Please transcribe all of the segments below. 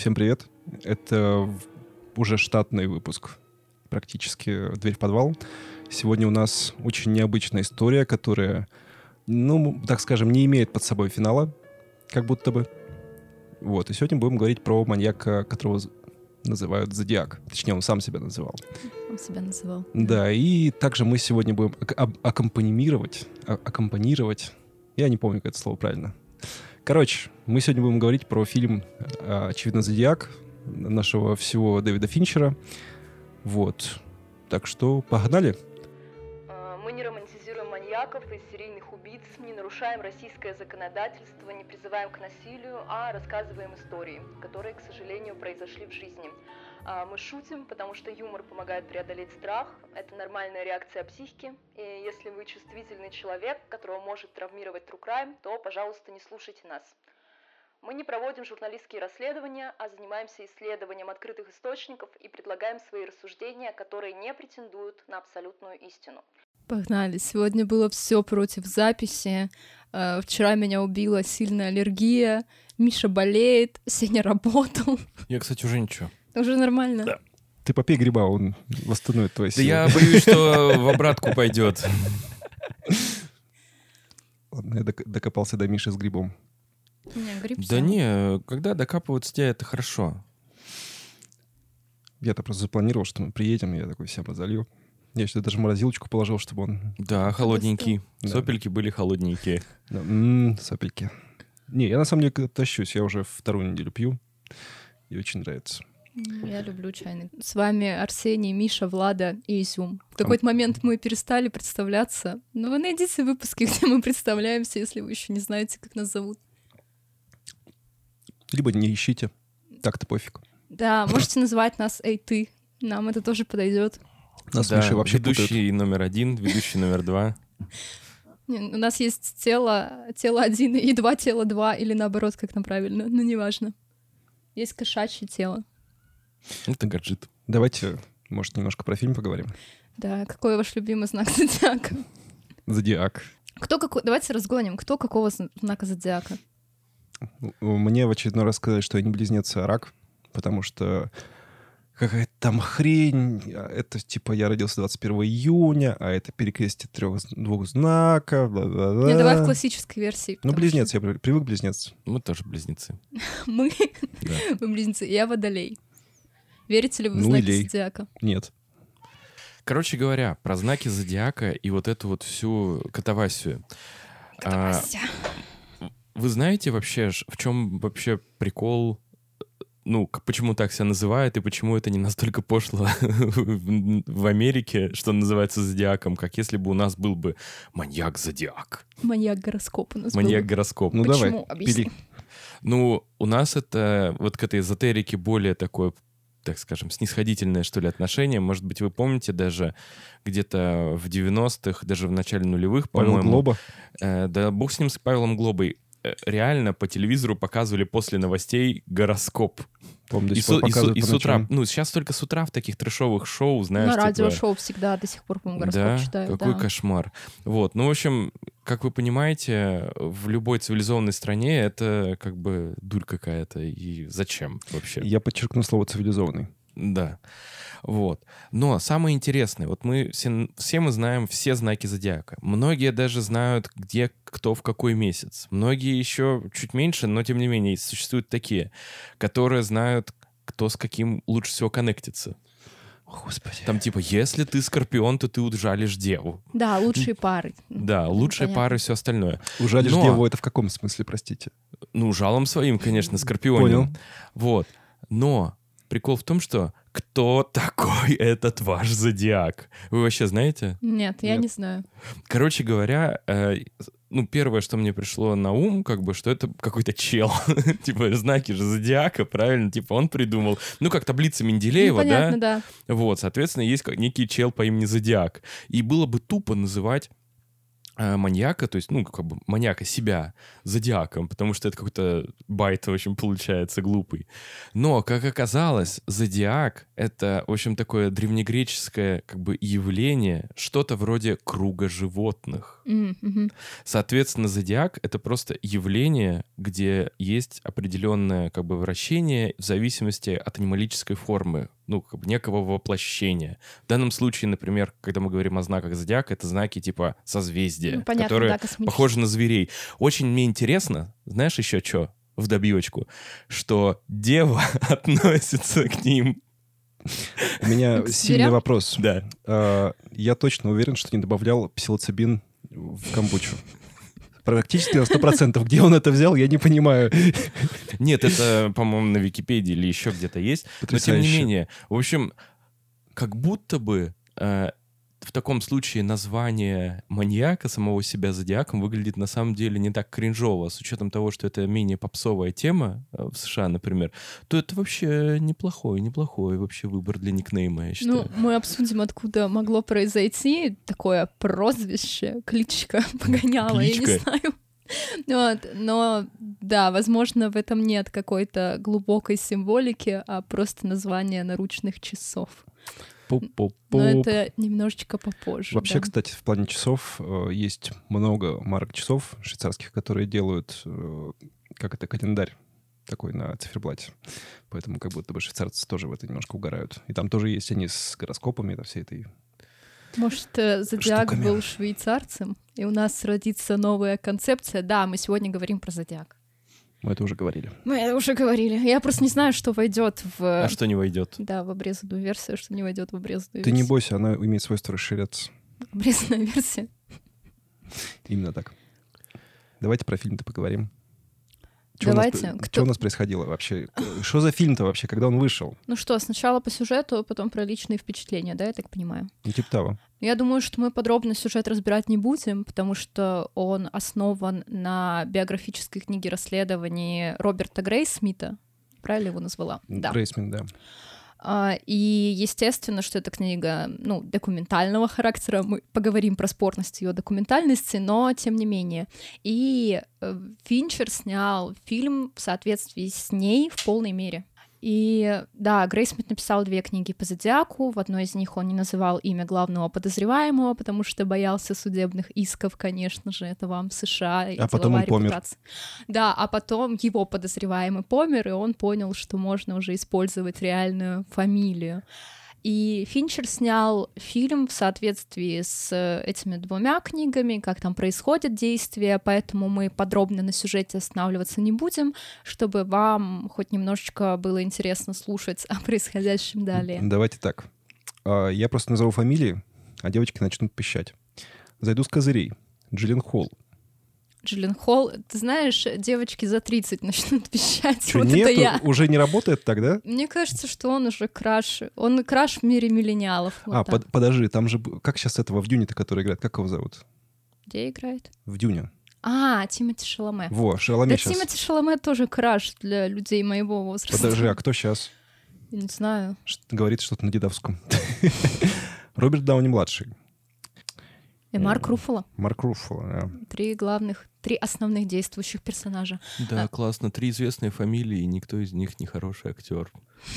Всем привет. Это уже штатный выпуск, практически «Дверь в подвал». Сегодня у нас очень необычная история, которая, так скажем, не имеет под собой финала, как будто бы. Вот. И сегодня будем говорить про маньяка, которого называют Зодиак. Точнее, он сам себя называл. Он себя называл. Да, и также мы сегодня будем аккомпанировать. Я не помню, как это слово правильно. Короче, мы сегодня будем говорить про фильм, очевидно, «Зодиак» нашего всего Дэвида Финчера. Вот. Так что погнали. Мы не романтизируем маньяков и серийных убийц, не нарушаем российское законодательство, не призываем к насилию, а рассказываем истории, которые, к сожалению, произошли в жизни. Мы шутим, потому что юмор помогает преодолеть страх, это нормальная реакция психики, и если вы чувствительный человек, которого может травмировать true crime, то, пожалуйста, не слушайте нас. Мы не проводим журналистские расследования, а занимаемся исследованием открытых источников и предлагаем свои рассуждения, которые не претендуют на абсолютную истину. Погнали. Сегодня было все против записи. Вчера меня убила сильная аллергия. Миша болеет, Сеня работал. Я, кстати, уже ничего. Уже нормально? Да. Ты попей гриба, он восстановит твои силы. Да я боюсь, что в обратку пойдет. Ладно, я докопался до Миши с грибом. Не, гриб Да сам. не, когда докапываются тебя, это хорошо. Я-то просто запланировал, что мы приедем, я такой всем разолью. Я сюда даже морозилочку положил, чтобы он... Да, холодненький. Да. Сопельки были холодненькие. Да, сопельки. Не, я на самом деле тащусь. Я уже вторую неделю пью. И очень нравится. Я люблю чайный. С вами Арсений, Миша, Влада и Изюм. В какой-то момент мы перестали представляться. Но вы найдите выпуски, где мы представляемся, если вы еще не знаете, как нас зовут. Либо не ищите. Так-то пофиг. Да, можете называть нас «Эй, ты». Нам это тоже подойдет. Нас Да, Миша вообще ведущий номер 1, ведущий номер 2. У нас есть тело 1 и 2 тела 2, или наоборот, как там правильно, но неважно. Есть кошачье тело. Это гаджет. Давайте, может, немножко про фильм поговорим. Да, какой ваш любимый знак зодиака? «Зодиак». Давайте разгоним. Кто какого знака зодиака? Мне в очередной раз сказали, что я не близнец, а рак, потому что какая-то там хрень. Это типа я родился 21 июня, а это перекрестие двух знаков. Бла-бла-бла. Не, давай в классической версии. Ну, близнец, я привык близнец. Мы тоже близнецы. Мы Да. близнецы. Я водолей. Верите ли вы в Ну, знаки илей. зодиака? Нет. Короче говоря, про знаки зодиака и вот эту вот всю катавасию. Вы знаете вообще, в чем вообще прикол, почему так себя называют, и почему это не настолько пошло в Америке, что называется зодиаком, как если бы у нас был бы маньяк-зодиак. Маньяк-гороскоп у нас был. Маньяк-гороскоп. Ну, Почему? давай, Объясни. пили. У нас это вот к этой эзотерике более такое, так скажем, снисходительное, что ли, отношение. Может быть, вы помните даже где-то в 90-х, даже в начале нулевых, Павел по-моему. Глоба. Да бог с ним, с Павелом Глобой. Реально по телевизору показывали после новостей гороскоп. По-моему, до И сих пор показывают по с утра, ночам. сейчас только с утра в таких трэшовых шоу, знаешь, На типа, радиошоу всегда до сих пор, по-моему, гороскоп да, читают. какой да. кошмар. Вот, в общем, как вы понимаете, в любой цивилизованной стране это как бы дурь какая-то. И зачем вообще? Я подчеркну слово «цивилизованный». Да, вот. Но самое интересное, вот мы все мы знаем все знаки зодиака. Многие даже знают, где кто в какой месяц. Многие еще чуть меньше, но тем не менее существуют такие, которые знают, кто с каким лучше всего коннектится. Господи. Там типа, если ты скорпион, то ты ужалишь деву. Да, лучшие пары. Да, лучшие понятно. пары и все остальное. Ужалишь Но- деву, это в каком смысле, простите? Жалом своим, конечно, скорпионем. Понял. Вот. Но прикол в том, что кто такой этот ваш зодиак? Вы вообще знаете? Нет, я Нет. не знаю. Короче говоря, первое, что мне пришло на ум, как бы, что это какой-то чел. Типа, знаки же зодиака, правильно? Типа, он придумал. как таблица Менделеева, Понятно, да? да. Вот, соответственно, есть некий чел по имени Зодиак. И было бы тупо называть маньяка, то есть, ну, как бы маньяка себя зодиаком, потому что это какой-то байт, в общем, получается глупый. Но, как оказалось, зодиак — это, в общем, такое древнегреческое как бы явление, что-то вроде круга животных. Соответственно, зодиак — это просто явление, где есть определенное как бы вращение в зависимости от анималической формы, ну, как бы некого воплощения. В данном случае, например, когда мы говорим о знаках зодиака, это знаки типа созвездия, Ну, понятно, которые да, похожи на зверей. Очень мне интересно, знаешь еще что, в добьечку, что дева относится к ним. У меня сильный вопрос. Да. Я точно уверен, что не добавлял псилоцибин в камбучу. Практически на 100%. Где он это взял, я не понимаю. Нет, это, по-моему, на Википедии или еще где-то есть. Потрясающе. Но тем не менее, в общем, как будто бы в таком случае название маньяка, самого себя зодиаком, выглядит на самом деле не так кринжово, с учетом того, что это менее попсовая тема в США, например, то это вообще неплохой вообще выбор для никнейма, я считаю. Ну, мы обсудим, откуда могло произойти такое прозвище, кличка Погоняло, я не знаю. Вот. Но да, возможно, в этом нет какой-то глубокой символики, а просто название наручных часов. Но это немножечко попозже. Вообще, да. кстати, в плане часов есть много марок часов швейцарских, которые делают, как это, календарь такой на циферблате. Поэтому как будто бы швейцарцы тоже в это немножко угорают. И там тоже есть они с гороскопами, это всей этой... Может, зодиак штуками. был швейцарцем, и у нас родится новая концепция. Да, мы сегодня говорим про зодиак. Мы это уже говорили. Мы это уже говорили. Я просто не знаю, что войдет в... А что не войдет? Да, в обрезанную версию, что не войдет в обрезанную Ты версию. не бойся, она имеет свойство расширяться. Обрезанная версия. Именно так. Давайте про фильм-то поговорим. Давайте. Что у нас происходило вообще? Что за фильм-то вообще, когда он вышел? Ну что, сначала по сюжету, потом про личные впечатления, да, я так понимаю? Ну, типа того. Я думаю, что мы подробно сюжет разбирать не будем, потому что он основан на биографической книге расследований Роберта Грейсмита. Правильно его назвала? Да. Грейсмит, да. И естественно, что эта книга, ну, документального характера. Мы поговорим про спорность ее документальности, но тем не менее. И Финчер снял фильм в соответствии с ней в полной мере. И да, Грейсмит написал 2 книги по зодиаку. В одной из них он не называл имя главного подозреваемого, потому что боялся судебных исков, конечно же, это вам в США. И а потом он помер. Репутация. Да, а потом его подозреваемый помер, и он понял, что можно уже использовать реальную фамилию. И Финчер снял фильм в соответствии с этими 2 книгами, как там происходит действие, поэтому мы подробно на сюжете останавливаться не будем, чтобы вам хоть немножечко было интересно слушать о происходящем далее. Давайте так. Я просто назову фамилии, а девочки начнут пищать. Зайду с козырей. Джилленхол. Джилленхол, ты знаешь, девочки за 30 начнут пищать. Что, вот нет? это я. Уже не работает так, да? Мне кажется, что он уже краш. Он краш в мире миллениалов. Вот так. Подожди, там же... Как сейчас этого в Дюне-то, который играет? Как его зовут? Где играет? В Дюне. Тимоти Шаломе. Во, Шаломе Да, сейчас. Тимоти Шаломе тоже краш для людей моего возраста. Подожди, а кто сейчас? Я не знаю. Говорит что-то на дедовском. Роберт Дауни-младший. И Марк Руффало. Марк Руффало, да. 3 основных действующих персонажа. Да, классно. 3 известные фамилии, и никто из них не хороший актер.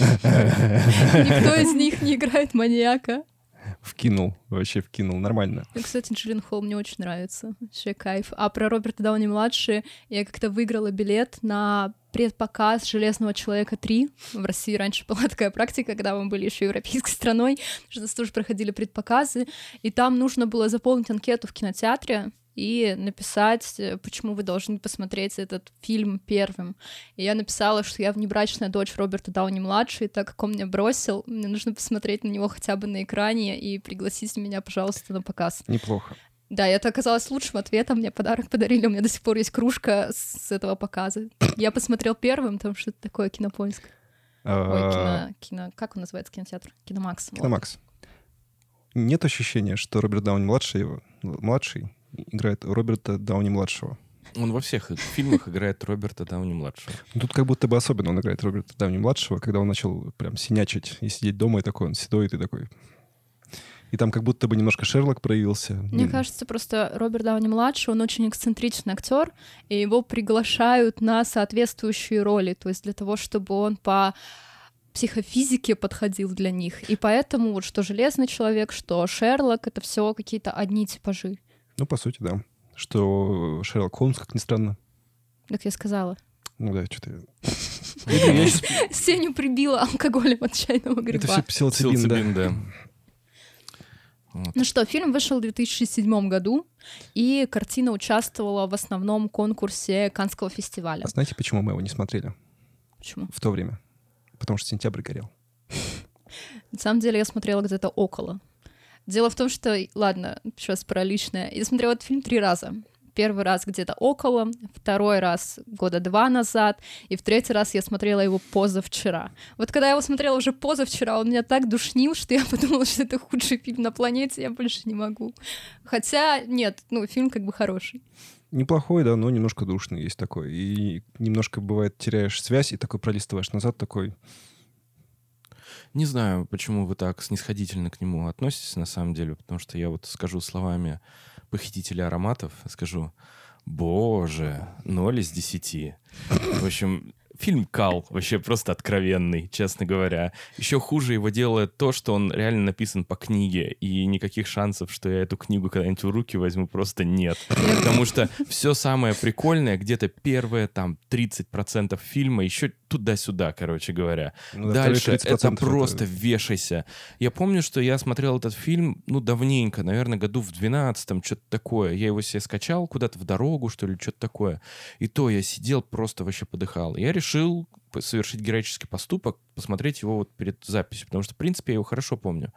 Никто из них не играет маньяка. Вообще вкинул, нормально. И, кстати, Джилленхол мне очень нравится. Вообще кайф. А про Роберта Дауни-младшего я как-то выиграла билет на предпоказ «Железного человека 3». В России раньше была такая практика, когда мы были еще европейской страной, что нас тоже проходили предпоказы, и там нужно было заполнить анкету в кинотеатре и написать, почему вы должны посмотреть этот фильм первым. И я написала, что я внебрачная дочь Роберта Дауни-младшего, и так как он меня бросил, мне нужно посмотреть на него хотя бы на экране и пригласить меня, пожалуйста, на показ. Неплохо. Да, это оказалось лучшим ответом, мне подарок подарили, у меня до сих пор есть кружка с этого показа. Я посмотрел первым, потому что это такое Кинопоиск. Ой, как он называется, кинотеатр? Киномакс. Киномакс. Нет ощущения, что Роберт Дауни-младший играет Роберта Дауни-младшего? Он во всех фильмах играет Роберта Дауни-младшего. Тут как будто бы особенно он играет Роберта Дауни-младшего, когда он начал прям синячить и сидеть дома, и такой он седой, и ты такой... И там как будто бы немножко Шерлок проявился. Мне кажется, просто Роберт Дауни-младший, он очень эксцентричный актер, и его приглашают на соответствующие роли, то есть для того, чтобы он по психофизике подходил для них. И поэтому вот что Железный человек, что Шерлок — это все какие-то одни типажи. Ну, по сути, да. Что Шерлок Холмс, как ни странно. Как я сказала. Ну да, что-то... Сеню прибила алкоголем от чайного гриба. Это все псилоцибин, да. Ну что, фильм вышел в 2007 году, и картина участвовала в основном конкурсе Каннского фестиваля. А знаете, почему мы его не смотрели? Почему? В то время. Потому что сентябрь горел. На самом деле я смотрела где-то около. Дело в том, что, ладно, сейчас про личное. Я смотрела этот фильм 3 раза. Первый раз где-то около, второй раз 2 года назад, и в 3-й раз я смотрела его позавчера. Вот когда я его смотрела уже позавчера, он меня так душнил, что я подумала, что это худший фильм на планете, я больше не могу. Хотя, нет, ну, фильм как бы хороший. Неплохой, да, но немножко душный есть такой. И немножко, бывает, теряешь связь и такой пролистываешь назад, такой... Не знаю, почему вы так снисходительно к нему относитесь, на самом деле, потому что я вот скажу словами похитителя ароматов, скажу: боже, 0 из 10. В общем, фильм кал, вообще просто откровенный, честно говоря. Еще хуже его делает то, что он реально написан по книге, и никаких шансов, что я эту книгу когда-нибудь в руки возьму, просто нет. Потому что все самое прикольное, где-то первые там 30% фильма еще туда-сюда, короче говоря. Ну, дальше это просто вешайся. Я помню, что я смотрел этот фильм, ну, давненько, наверное, году в 12-м, что-то такое. Я его себе скачал куда-то в дорогу, что ли, что-то такое. И то я сидел, просто вообще подыхал. Я решил совершить героический поступок, посмотреть его вот перед записью, потому что, в принципе, я его хорошо помню.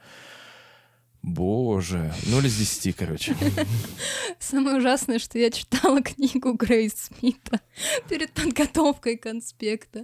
Боже, 0 из 10, короче. Самое ужасное, что я читала книгу Грейс Смита перед подготовкой конспекта.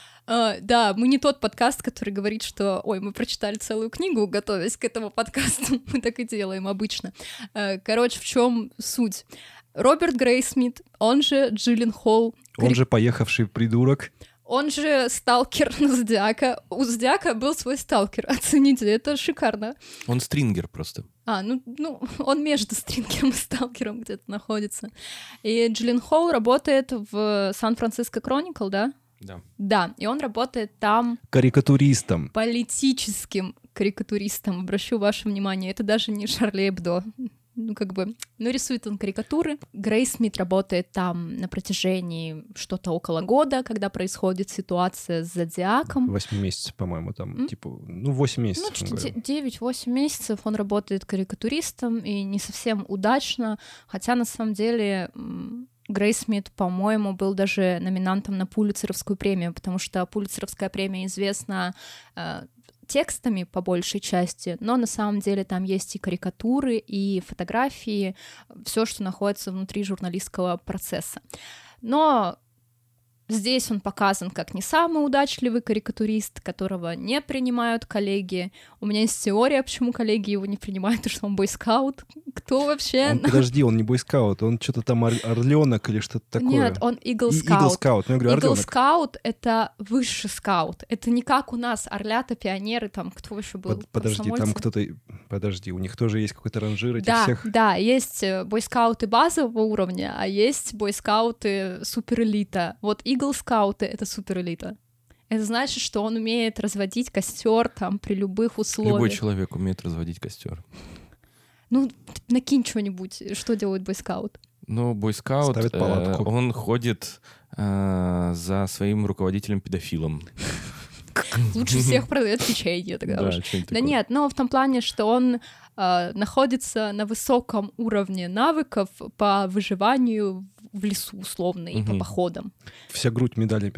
Да, мы не тот подкаст, который говорит, что «Ой, мы прочитали целую книгу, готовясь к этому подкасту». Мы так и делаем обычно. Короче, в чем суть? Роберт Грейсмит, он же Джилленхол. Он же поехавший придурок. Он же сталкер Зодиака. У Зодиака был свой сталкер. Оцените, это шикарно. Он стрингер просто. Ну, он между стрингером и сталкером где-то находится. И Джилленхол работает в Сан-Франциско Кроникл, да? Да. Да, и он работает там... Карикатуристом. Политическим карикатуристом. Обращу ваше внимание, это даже не Шарли Эбдо. Ну, как бы, рисует он карикатуры. Грейсмит работает там на протяжении что-то около года, когда происходит ситуация с Зодиаком. 8 месяцев, по-моему, там, 8 месяцев. Ну, 9-8 месяцев он работает карикатуристом, и не совсем удачно, хотя, на самом деле, Грейсмит, по-моему, был даже номинантом на Пулитцеровскую премию, потому что Пулитцеровская премия известна текстами по большей части, но на самом деле там есть и карикатуры, и фотографии, все, что находится внутри журналистского процесса. Но здесь он показан как не самый удачливый карикатурист, которого не принимают коллеги. У меня есть теория, почему коллеги его не принимают, и что он бойскаут. Кто вообще? Подожди, он не бойскаут, он что-то там орленок или что-то такое. Нет, он иглскаут. Иглскаут, ну я говорю, орленок. Иглскаут — это высший скаут. Это не как у нас орлята, пионеры, там кто еще был? Подожди, там кто-то... Подожди, у них тоже есть какой-то ранжир этих всех? Да, есть бойскауты базового уровня, а есть бойскауты суперэлита. Вот иглскауты — это суперэлита. Это значит, что он умеет разводить костер там при любых условиях. Любой человек умеет разводить костер. Ну, накинь что-нибудь, что делает бойскаут. Ну, бойскаут, он ходит за своим руководителем-педофилом. Лучше всех продает печенье тогда уже. Да нет, но в том плане, что он находится на высоком уровне навыков по выживанию в лесу, условно, и по походам. Вся грудь медалями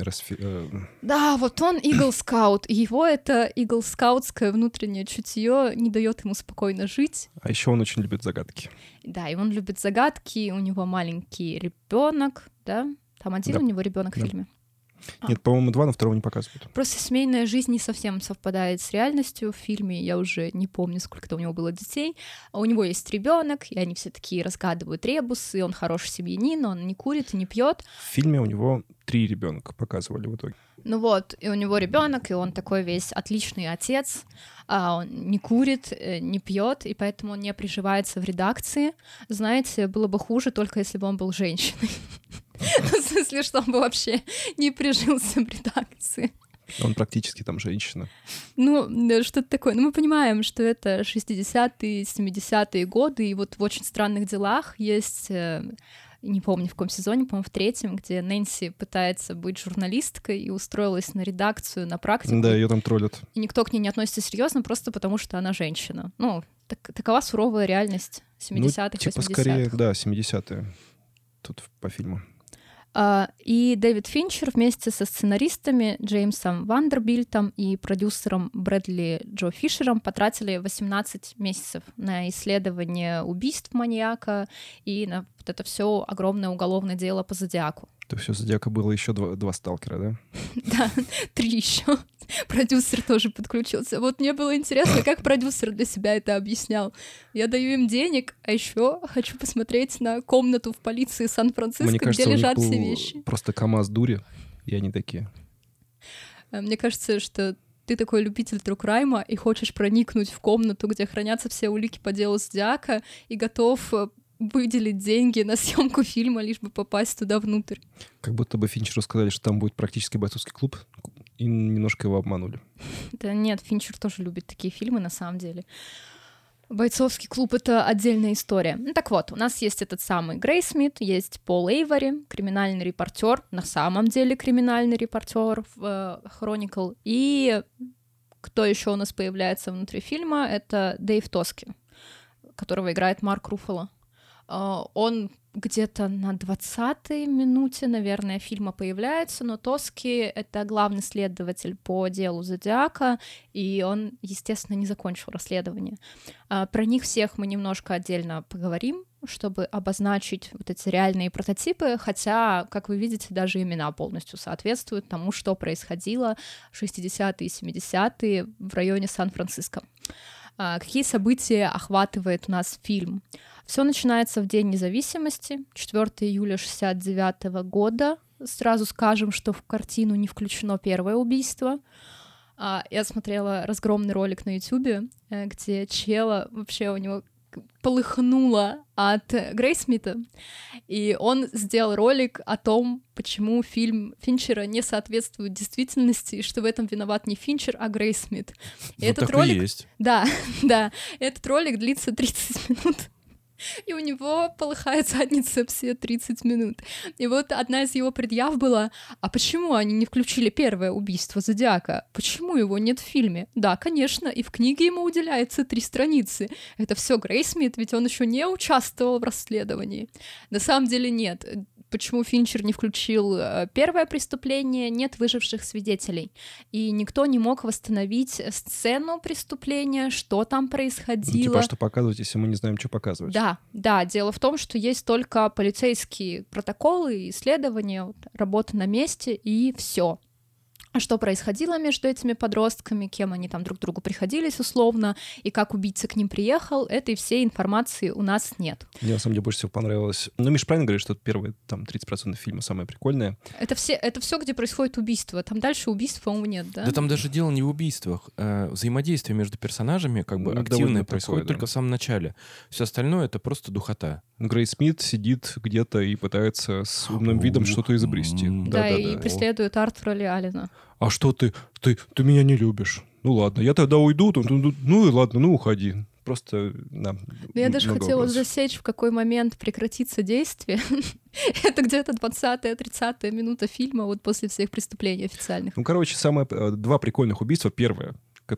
Да, вот он иглскаут, и его это иглскаутское внутреннее чутье не дает ему спокойно жить. А еще он очень любит загадки. Да, и он любит загадки, у него маленький ребенок, да? Там один у него ребенок в фильме. Нет, по-моему, 2, но 2 не показывают. Просто семейная жизнь не совсем совпадает с реальностью в фильме. Я уже не помню, сколько-то у него было детей. А у него есть ребенок, и они все такие разгадывают ребусы, и он хороший семьянин, он не курит и не пьет. В фильме у него 3 ребенка показывали в итоге. Ну вот, и у него ребенок, и он такой весь отличный отец, он не курит, не пьет, и поэтому он не приживается в редакции. Знаете, было бы хуже только если бы он был женщиной. В смысле, что он бы вообще не прижился в редакции. Он практически там женщина. Ну, что-то такое. Ну, мы понимаем, что это 60-е, 70-е годы, и вот в «Очень странных делах» есть... не помню, в каком сезоне, по-моему, в 3-м, где Нэнси пытается быть журналисткой и устроилась на редакцию, на практику. Да, ее там троллят. И никто к ней не относится серьезно, просто потому что она женщина. Ну, такова суровая реальность 70-х, 80-х. Типа скорее, да, 70-е тут по фильму. И Дэвид Финчер вместе со сценаристами Джеймсом Вандербильтом и продюсером Брэдли Джо Фишером потратили 18 месяцев на исследование убийств маньяка и на вот это все огромное уголовное дело по Зодиаку. Это все Зодиака было еще два сталкера, да? Да, 3 еще. Продюсер тоже подключился. Вот мне было интересно, как продюсер для себя это объяснял. Я даю им денег, а еще хочу посмотреть на комнату в полиции Сан-Франциско, Мне кажется, где лежат у них все был вещи. просто КамАЗ дури, и они такие. Мне кажется, что ты такой любитель true crime и хочешь проникнуть в комнату, где хранятся все улики по делу Зодиака, и готов выделить деньги на съемку фильма, лишь бы попасть туда внутрь. Как будто бы Финчеру сказали, что там будет практически бойцовский клуб, и немножко его обманули. Да нет, Финчер тоже любит такие фильмы, на самом деле. «Бойцовский клуб» — это отдельная история. Ну так вот, у нас есть этот самый Грейсмит, есть Пол Эйвори, криминальный репортер, на самом деле криминальный репортер в Chronicle. И кто еще у нас появляется внутри фильма, это Дэйв Тоски, которого играет Марк Руффало. Он где-то на 20-й минуте, наверное, фильма появляется, но Тоски — это главный следователь по делу Зодиака, и он, естественно, не закончил расследование. Про них всех мы немножко отдельно поговорим, чтобы обозначить вот эти реальные прототипы, хотя, как вы видите, даже имена полностью соответствуют тому, что происходило в 60-е и 70-е в районе Сан-Франциско. Какие события охватывает у нас фильм? Все начинается в День независимости, 4 июля 1969 года. Сразу скажем, что в картину не включено первое убийство. Я смотрела разгромный ролик на Ютубе, где чела вообще у него полыхнуло от Грейсмита, и он сделал ролик о том, почему фильм Финчера не соответствует действительности, и что в этом виноват не Финчер, а Грейсмит. И этот так ролик... и есть. Да, да. Этот ролик длится 30 минут. И у него полыхает задница все 30 минут. И вот одна из его предъяв была: а почему они не включили первое убийство Зодиака? Почему его нет в фильме? Да, конечно, и в книге ему уделяется 3 страницы. Это все Грейсмит, ведь он еще не участвовал в расследовании. На самом деле нет. Почему Финчер не включил первое преступление? Нет выживших свидетелей. И никто не мог восстановить сцену преступления, что там происходило. Ну, типа, что показывать, если мы не знаем, что показывать. Да, да. Дело в том, что есть только полицейские протоколы, исследования, работа на месте, и все. А что происходило между этими подростками, кем они там друг к другу приходились условно, и как убийца к ним приехал, этой всей информации у нас нет. Мне на самом деле больше всего понравилось... Ну, Миш правильно говорит, что это первые там 30% фильма самое прикольное. Это все, где происходит убийство. Там дальше убийств, по-моему, нет, да? Да там даже дело не в убийствах. Взаимодействие между персонажами как бы активное происходит только в самом начале. Все остальное — это просто духота. Грейс Смит сидит где-то и пытается с умным видом что-то изобрести. Да, и преследует Артура Ли Аллена. А что ты меня не любишь? Ну ладно, я тогда уйду, ну и ладно, ну уходи. Просто, да. Я даже хотела засечь, в какой момент прекратится действие. Это где-то 20-30 минута фильма, вот после всех преступлений официальных. Ну, короче, 2 прикольных убийства. Первое,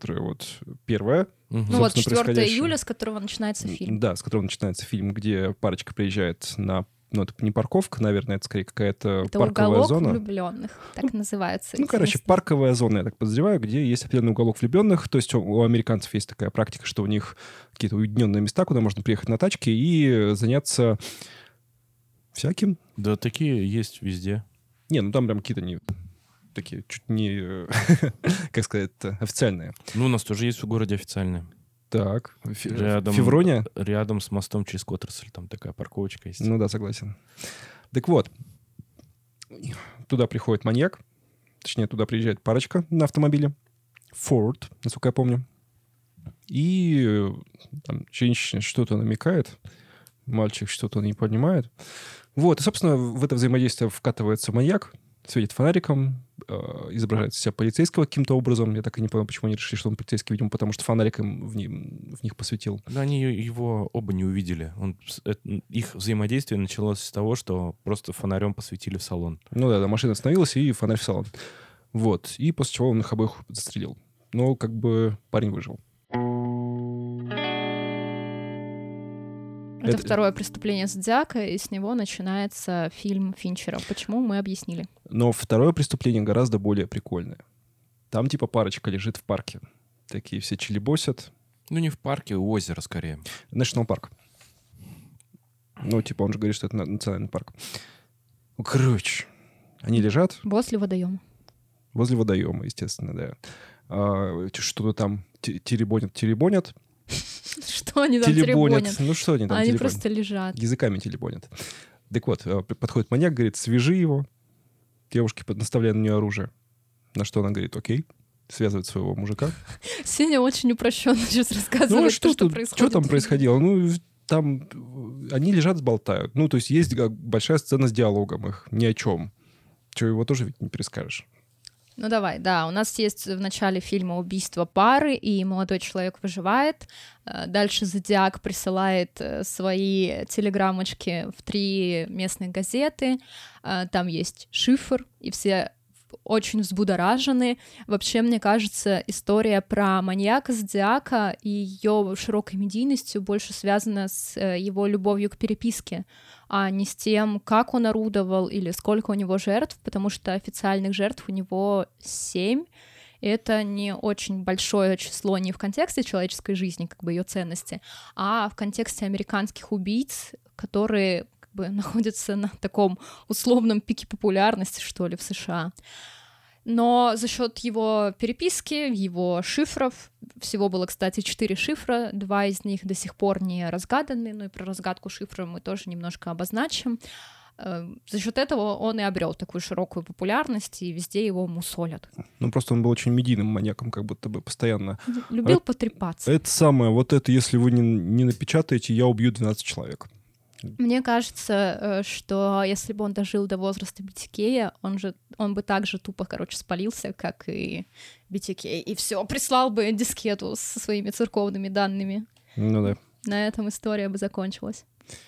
Ну вот 4 июля, с которого начинается фильм. Да, с которого начинается фильм, где парочка приезжает на... Ну, это не парковка, наверное, это скорее какая-то парковая зона. Это уголок влюбленных, так называется. Ну, короче, парковая зона, я так подозреваю, где есть определенный уголок влюбленных. То есть у американцев есть такая практика, что у них какие-то уединенные места, куда можно приехать на тачке и заняться всяким. Да, такие есть везде. Не, ну там прям какие-то не... такие чуть не, как сказать-то, официальные. Ну, у нас тоже есть в городе официальные. Так, рядом, Феврония? Рядом с мостом через Коттерсель, там такая парковочка есть. Ну да, согласен. Так вот, туда приходит маньяк, Точнее, туда приезжает парочка на автомобиле. Ford, насколько я помню. И там женщина что-то намекает, мальчик что-то не понимает. Вот, и, собственно, в это взаимодействие вкатывается маньяк, светит фонариком, изображает себя полицейского каким-то образом. Я так и не понял, почему они решили, что он полицейский, видимо, потому что фонарик им в них посветил. Но они его оба не увидели. Их взаимодействие началось с того, что просто фонарем посветили в салон. Ну да, машина остановилась, и фонарь в салон. Вот, и после чего он их обоих застрелил. Но как бы парень выжил. Это второе преступление Зодиака, и с него начинается фильм Финчера. Почему, мы объяснили. Но второе преступление гораздо более прикольное. Там типа парочка лежит в парке. Такие все челебосят. Ну, не в парке, у озера скорее. National парк. Ну, типа он же говорит, что это национальный парк. Ну, короче, они лежат... Возле водоема. Возле водоема, естественно, да. Что-то там теребонят. Что они там теребонят? Ну, что они там Они теребонят? просто лежат. Языками телебонят. Так вот, подходит маньяк, говорит, свяжи его. Девушке наставляя на нее оружие. На что она говорит, окей. Связывает своего мужика. Сеня очень упрощенно сейчас рассказывает, что происходит. Что там происходило? Ну, там они лежат, сболтают. Ну, то есть есть большая сцена с диалогом их. Ни о чем. Что, его тоже ведь не перескажешь. Ну давай, да, у нас есть в начале фильма убийство пары, и молодой человек выживает. Дальше Зодиак присылает свои телеграммочки в 3 местные газеты. Там есть шифр, и все очень взбудоражены. Вообще, мне кажется, история про маньяка Зодиака и ее широкой медийностью больше связана с его любовью к переписке, а не с тем, как он орудовал или сколько у него жертв, потому что официальных жертв у него 7. И это не очень большое число не в контексте человеческой жизни, как бы ее ценности, а в контексте американских убийц, которые находятся на таком условном пике популярности, что ли, в США. Но за счет его переписки, его шифров, всего было, кстати, 4 шифра, 2 из них до сих пор не разгаданы, ну и про разгадку шифра мы тоже немножко обозначим. За счет этого он и обрел такую широкую популярность, и везде его мусолят. Ну, просто он был очень медийным маньяком, как будто бы постоянно. Любил потрепаться. Это самое, вот это, если вы не напечатаете, я убью 12 человек. Мне кажется, что если бы он дожил до возраста BTK, он бы так же тупо, спалился, как и BTK, и все, прислал бы дискету со своими церковными данными. Ну да. На этом история бы закончилась.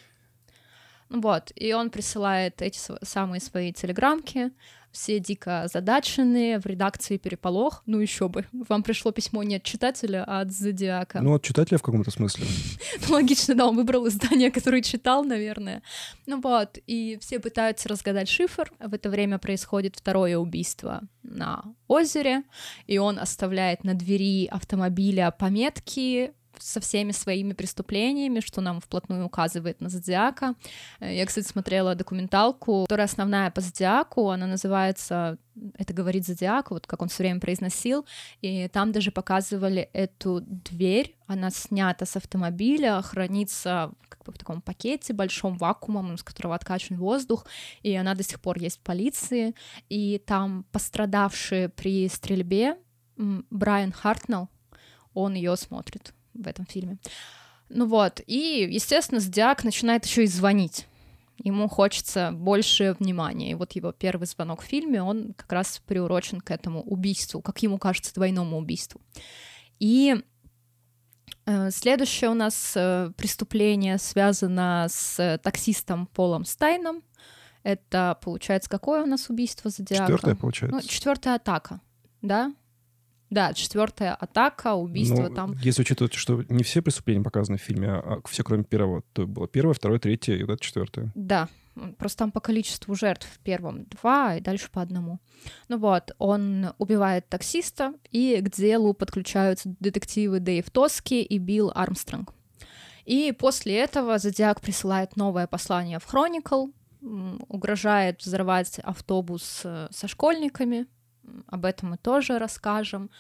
Вот, и он присылает эти самые свои телеграмки, все дико озадаченные, в редакции переполох, ну еще бы, вам пришло письмо не от читателя, а от Зодиака. Ну, от читателя в каком-то смысле. Ну, логично, да, он выбрал издание, которое читал, наверное. Ну вот, и все пытаются разгадать шифр, в это время происходит второе убийство на озере, и он оставляет на двери автомобиля пометки со всеми своими преступлениями, что нам вплотную указывает на Зодиака. Я, кстати, смотрела документалку, которая основная по Зодиаку, она называется «Это говорит Зодиак», вот как он все время произносил, и там даже показывали эту дверь, она снята с автомобиля, хранится в таком пакете большом, вакуумом, из которого откачан воздух, и она до сих пор есть в полиции, и там пострадавший при стрельбе Брайан Хартнелл, он ее смотрит в этом фильме. Ну вот, и, естественно, Зодиак начинает еще и звонить. Ему хочется больше внимания. И вот его первый звонок в фильме, он как раз приурочен к этому убийству, как ему кажется, двойному убийству. И следующее у нас преступление связано с таксистом Полом Стайном. Это, получается, какое у нас убийство Зодиака? 4-е, получается. Ну, 4-я атака, да? Да, 4-я атака, убийство там. Если учитывать, что не все преступления показаны в фильме, а все, кроме первого, то было 1-е, 2-е, 3-е, и вот это 4-е. Да, просто там по количеству жертв в первом 2, и дальше по 1. Ну вот, он убивает таксиста, и к делу подключаются детективы Дэйв Тоски и Билл Армстронг. И после этого Зодиак присылает новое послание в Chronicle, угрожает взорвать автобус со школьниками, об этом мы тоже расскажем.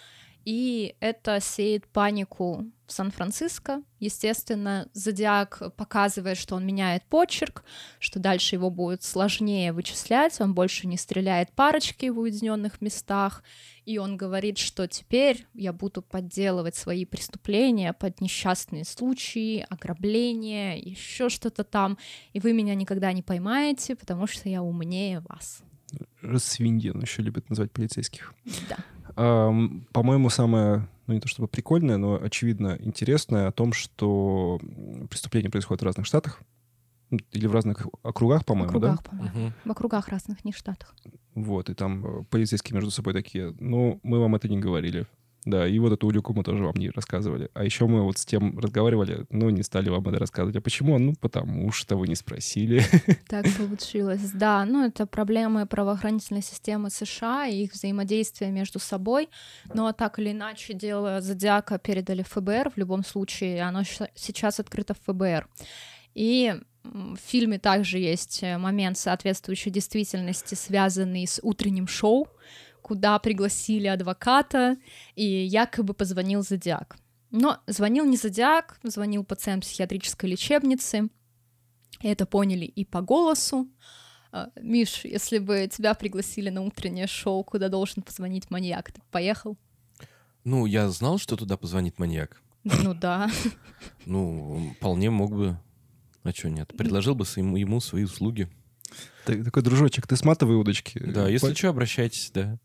и это сеет панику в Сан-Франциско. Естественно, Зодиак показывает, что он меняет почерк, что дальше его будет сложнее вычислять, он больше не стреляет парочки в уединенных местах, и он говорит, что теперь я буду подделывать свои преступления под несчастные случаи, ограбления, еще что-то там, и вы меня никогда не поймаете, потому что я умнее вас. Свиньи, он еще любит называть полицейских. Да. По-моему, самое, ну не то чтобы прикольное, но очевидно интересное о том, что преступления происходят в разных штатах или в разных округах, по-моему, округах, да? по-моему. В округах разных, не штатах. Вот, и там полицейские между собой такие, ну, мы вам это не говорили. Да, и вот эту улику мы тоже вам не рассказывали. А еще мы вот с тем разговаривали, но не стали вам это рассказывать. А почему? Ну, потому что вы не спросили. Так получилось, да. Ну, это проблемы правоохранительной системы США и их взаимодействия между собой. Но так или иначе, дело Зодиака передали в ФБР. В любом случае, оно сейчас открыто в ФБР. И в фильме также есть момент соответствующей действительности, связанный с утренним шоу, куда пригласили адвоката, и якобы позвонил Зодиак. Но звонил не Зодиак, звонил пациент психиатрической лечебницы. И это поняли и по голосу. Миш, если бы тебя пригласили на утреннее шоу, куда должен позвонить маньяк, ты бы поехал? Ну, я знал, что туда позвонит маньяк. Ну да. Ну, вполне мог бы. А что нет? Предложил бы ему свои услуги. Такой, дружочек, ты с матовой удочки? Да, если что, обращайтесь, да.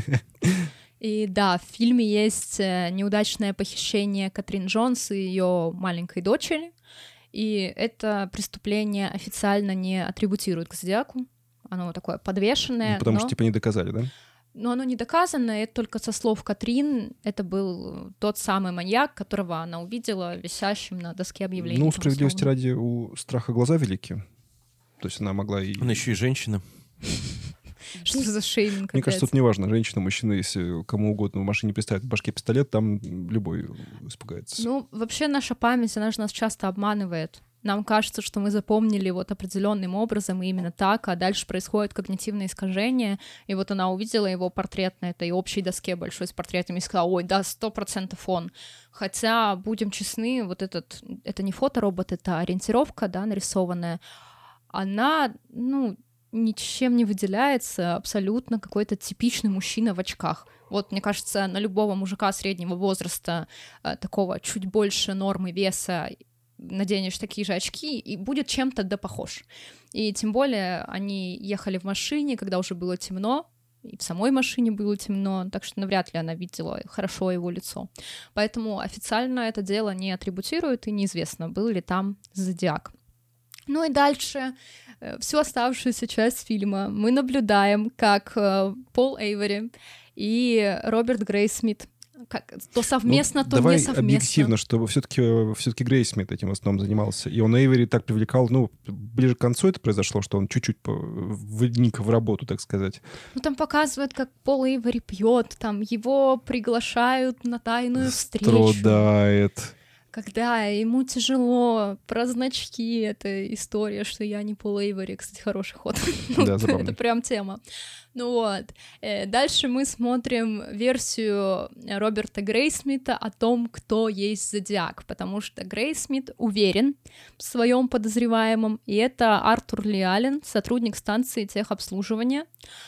И да, в фильме есть неудачное похищение Катрин Джонс и ее маленькой дочери, и это преступление официально не атрибутируют к Зодиаку, оно такое подвешенное. Потому что типа не доказали, да? Но оно не доказано, это только со слов Катрин, это был тот самый маньяк, которого она увидела висящим на доске объявлений. Ну, справедливости ради, у страха глаза велики. То есть она могла и... Она еще и женщина. Что за шейминг? Мне кажется, тут неважно, женщина, мужчина, если кому угодно в машине представят в башке пистолет, там любой испугается. Ну, вообще наша память, она же нас часто обманывает. Нам кажется, что мы запомнили вот определенным образом, и именно так, а дальше происходит когнитивное искажение, и вот она увидела его портрет на этой общей доске большой с портретами и сказала: ой, да, 100% он. Хотя, будем честны, вот это не фоторобот, это ориентировка, да, нарисованная, она, ну, ничем не выделяется, абсолютно какой-то типичный мужчина в очках. Вот, мне кажется, на любого мужика среднего возраста, такого чуть больше нормы веса, наденешь такие же очки, и будет чем-то да похож. И тем более они ехали в машине, когда уже было темно, и в самой машине было темно, так что навряд ли она видела хорошо его лицо. Поэтому официально это дело не атрибутируют, и неизвестно, был ли там Зодиак. Ну и дальше, всю оставшуюся часть фильма мы наблюдаем, как Пол Эйвори и Роберт Грейсмит, то совместно, то давай не совместно. Объективно, что все-таки Грейсмит этим в основном занимался. И он Эйвори так привлекал, ну, ближе к концу это произошло, что он чуть-чуть вник в работу, так сказать. Ну, там показывают, как Пол Эйвори пьет, там его приглашают на тайную встречу. Страдает. Когда ему тяжело, про значки, это история, что я не Пол Эйвори, кстати, хороший ход. Да, забавно. Это прям тема. Ну вот. Дальше мы смотрим версию Роберта Грейсмита о том, кто есть Зодиак, потому что Грейсмит уверен в своем подозреваемом, и это Артур Ли Аллен, сотрудник станции техобслуживания.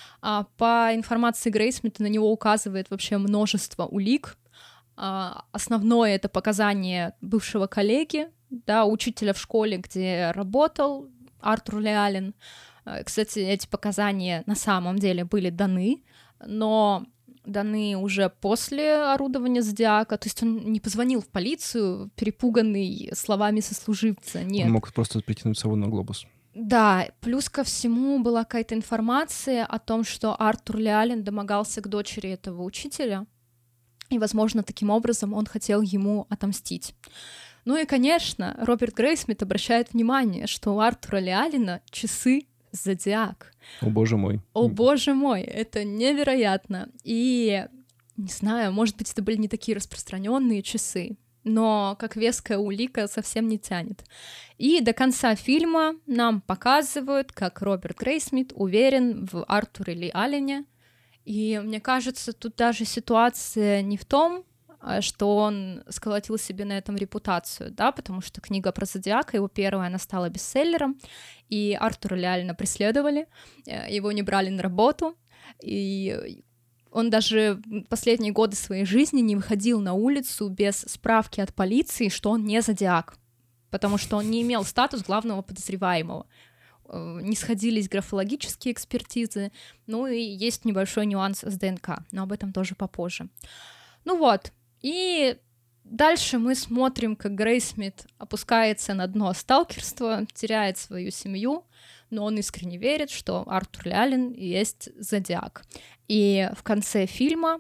По информации Грейсмита на него указывает вообще множество улик. Основное — это показания бывшего коллеги, да, учителя в школе, где работал Артур Ли Аллен. Кстати, эти показания на самом деле были даны, но даны уже после орудования Зодиака, то есть он не позвонил в полицию, перепуганный словами сослуживца, нет. Он мог просто притянуть сову на глобус. Да, плюс ко всему была какая-то информация о том, что Артур Ли Аллен домогался к дочери этого учителя, и, возможно, таким образом он хотел ему отомстить. Ну и, конечно, Роберт Грейсмит обращает внимание, что у Артура Ли Аллена часы Зодиак. О, боже мой. О, боже мой, это невероятно. И, не знаю, может быть, это были не такие распространенные часы, но как веская улика совсем не тянет. И до конца фильма нам показывают, как Роберт Грейсмит уверен в Артуре Ли Аллене, И мне кажется, тут даже ситуация не в том, что он сколотил себе на этом репутацию, да, потому что книга про Зодиака, его первая, она стала бестселлером, и Артура реально преследовали, его не брали на работу, и он даже последние годы своей жизни не выходил на улицу без справки от полиции, что он не Зодиак, потому что он не имел статус главного подозреваемого. Не сходились графологические экспертизы, ну и есть небольшой нюанс с ДНК, но об этом тоже попозже. Ну вот, и дальше мы смотрим, как Грейсмит опускается на дно сталкерства, теряет свою семью, но он искренне верит, что Артур Лялин есть Зодиак. И в конце фильма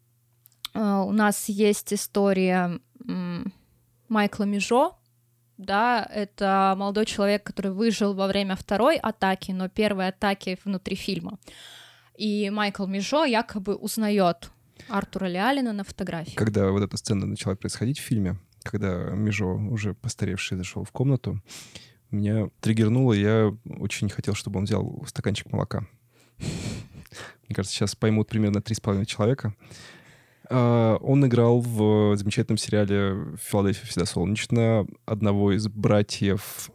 у нас есть история Майкла Межо. Да, это молодой человек, который выжил во время второй атаки, но первой атаки внутри фильма. И Майкл Межо якобы узнает Артура Лялина на фотографии. Когда вот эта сцена начала происходить в фильме, когда Межо, уже постаревший, зашел в комнату, меня триггернуло, я очень хотел, чтобы он взял стаканчик молока. Мне кажется, сейчас поймут примерно 3,5 человека. Он играл в замечательном сериале «Филадельфия всегда солнечно» одного из братьев...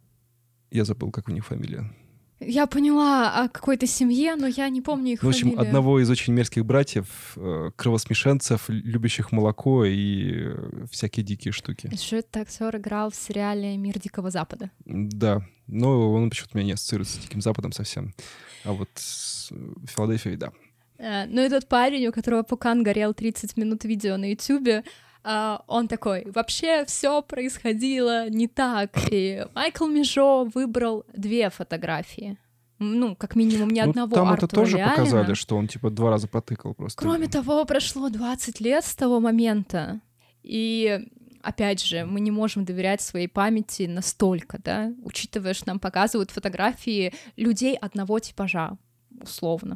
Я забыл, как у них фамилия. Я поняла о какой-то семье, но я не помню их фамилию. В общем, одного из очень мерзких братьев, кровосмешенцев, любящих молоко и всякие дикие штуки. Что этот актер играл в сериале «Мир Дикого Запада». Да, но он почему-то меня не ассоциируется с Диким Западом совсем. А вот с Филадельфией, да. Ну, этот парень, у которого пукан горел 30 минут видео на Ютубе, он такой, вообще все происходило не так. И Майкл Межо выбрал 2 фотографии. Ну, как минимум, ни одного там Артура это тоже Лялина. показали, что он типа 2 раза потыкал просто. Кроме того, прошло 20 лет с того момента. И опять же, мы не можем доверять своей памяти настолько, да, учитывая, что нам показывают фотографии людей одного типажа, условно.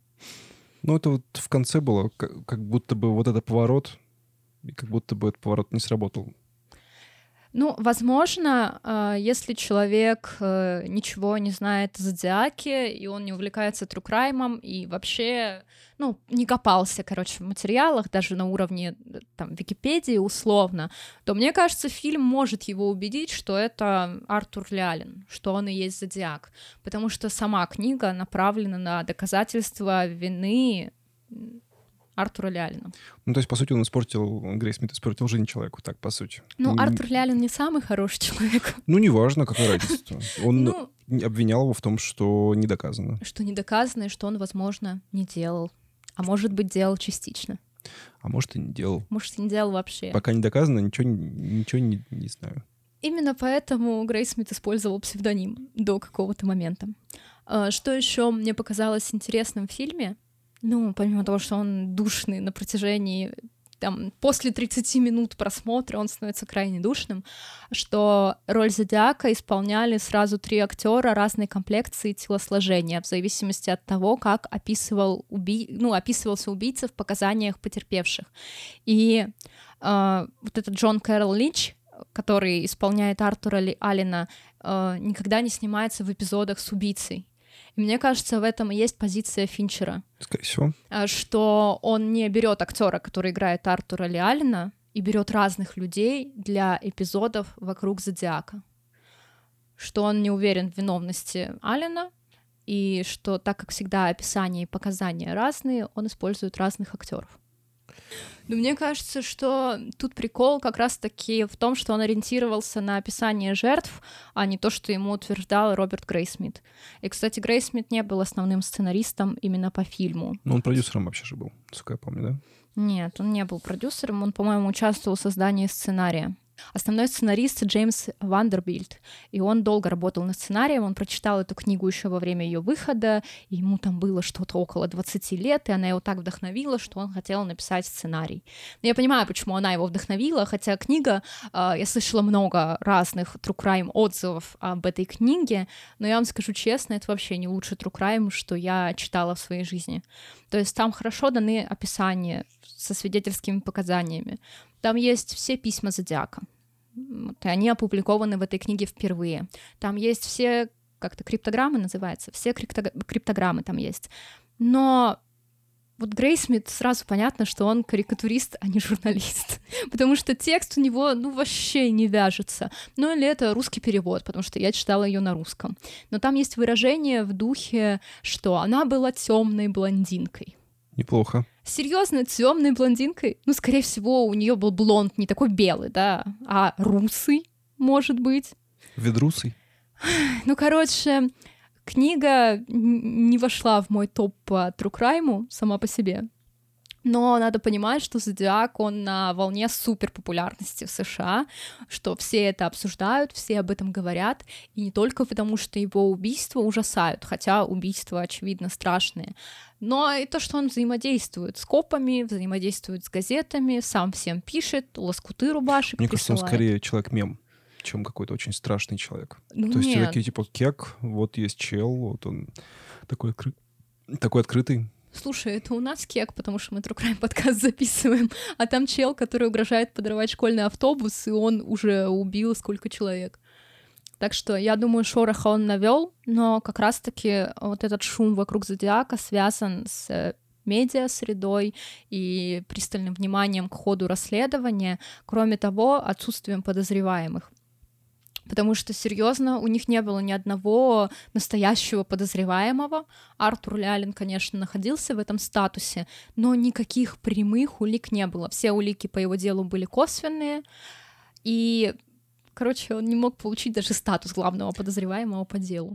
Ну, это вот в конце было, как будто бы вот этот поворот, и как будто бы этот поворот не сработал. Ну, возможно, если человек ничего не знает о Зодиаке, и он не увлекается true crime, и вообще, ну, не копался, короче, в материалах, даже на уровне, там, Википедии условно, то, мне кажется, фильм может его убедить, что это Артур Лялин, что он и есть Зодиак, потому что сама книга направлена на доказательство вины Артура Лялина. Ну, то есть, по сути, Грейсмит испортил жизнь человеку, так, по сути. Ну, Артур Лялин не самый хороший человек. Ну, неважно, какая разница. Он обвинял его в том, что не доказано. Что не доказано, и что он, возможно, не делал. А может быть, делал частично. А может, и не делал. Может, и не делал вообще. Пока не доказано, ничего не знаю. Именно поэтому Грейсмит использовал псевдоним до какого-то момента. Что еще мне показалось интересным в фильме? Ну, помимо того, что он душный на протяжении, там, после 30 минут просмотра он становится крайне душным, что роль Зодиака исполняли сразу 3 актера разной комплекции и телосложения, в зависимости от того, как описывался убийца в показаниях потерпевших. И вот этот Джон Кэрол Линч, который исполняет Артура Лялина, никогда не снимается в эпизодах с убийцей. И мне кажется, в этом и есть позиция Финчера. Скорее всего. Что он не берет актера, который играет Артура Лялина, и берет разных людей для эпизодов вокруг Зодиака. Что он не уверен в виновности Аллена, и что, так как всегда описания и показания разные, он использует разных актеров. Но мне кажется, что тут прикол как раз-таки в том, что он ориентировался на описание жертв, а не то, что ему утверждал Роберт Грейсмит. И, кстати, Грейсмит не был основным сценаристом именно по фильму. Ну, он продюсером вообще же был, насколько я помню, да? Нет, он не был продюсером, он, по-моему, участвовал в создании сценария. Основной сценарист Джеймс Вандербильт, и он долго работал над сценарием, он прочитал эту книгу еще во время ее выхода, и ему там было что-то около 20 лет, и она его так вдохновила, что он хотел написать сценарий. Но я понимаю, почему она его вдохновила, хотя книга, я слышала много разных true crime отзывов об этой книге, но я вам скажу честно, это вообще не лучший true crime, что я читала в своей жизни. То есть там хорошо даны описания со свидетельскими показаниями. Там есть все письма Зодиака. И они опубликованы в этой книге впервые. Там есть все, как-то криптограммы называются, все криптограммы там есть. Но Вот Грейсмит сразу понятно, что он карикатурист, а не журналист, потому что текст у него, ну, вообще не вяжется. Ну, или это русский перевод, потому что я читала ее на русском. Но там есть выражение в духе, что она была темной блондинкой. Неплохо. Серьезно, темной блондинкой? Ну, скорее всего, у нее был блонд не такой белый, да, а русый, может быть. Ведрусый? Ну, короче, книга не вошла в мой топ по True Crime сама по себе. Но надо понимать, что «Зодиак», он на волне суперпопулярности в США, что все это обсуждают, все об этом говорят, и не только потому, что его убийства ужасают, хотя убийства, очевидно, страшные, но и то, что он взаимодействует с копами, взаимодействует с газетами, сам всем пишет, лоскуты рубашек Мне кажется, он присылает. скорее человек-мем, чем какой-то очень страшный человек. Ну, То есть нет. такие типа кек, вот есть чел, вот он такой открытый. Слушай, это у нас кек, потому что мы True Crime подкаст записываем, а там чел, который угрожает подорвать школьный автобус, и он уже убил сколько человек. Так что я думаю, шороха он навел, но как раз-таки вот этот шум вокруг Зодиака связан с медиа-средой и пристальным вниманием к ходу расследования, кроме того, отсутствием подозреваемых. Потому что, серьезно, у них не было ни одного настоящего подозреваемого. Артур Лялин, конечно, находился в этом статусе, но никаких прямых улик не было. Все улики по его делу были косвенные, и, короче, он не мог получить даже статус главного подозреваемого по делу.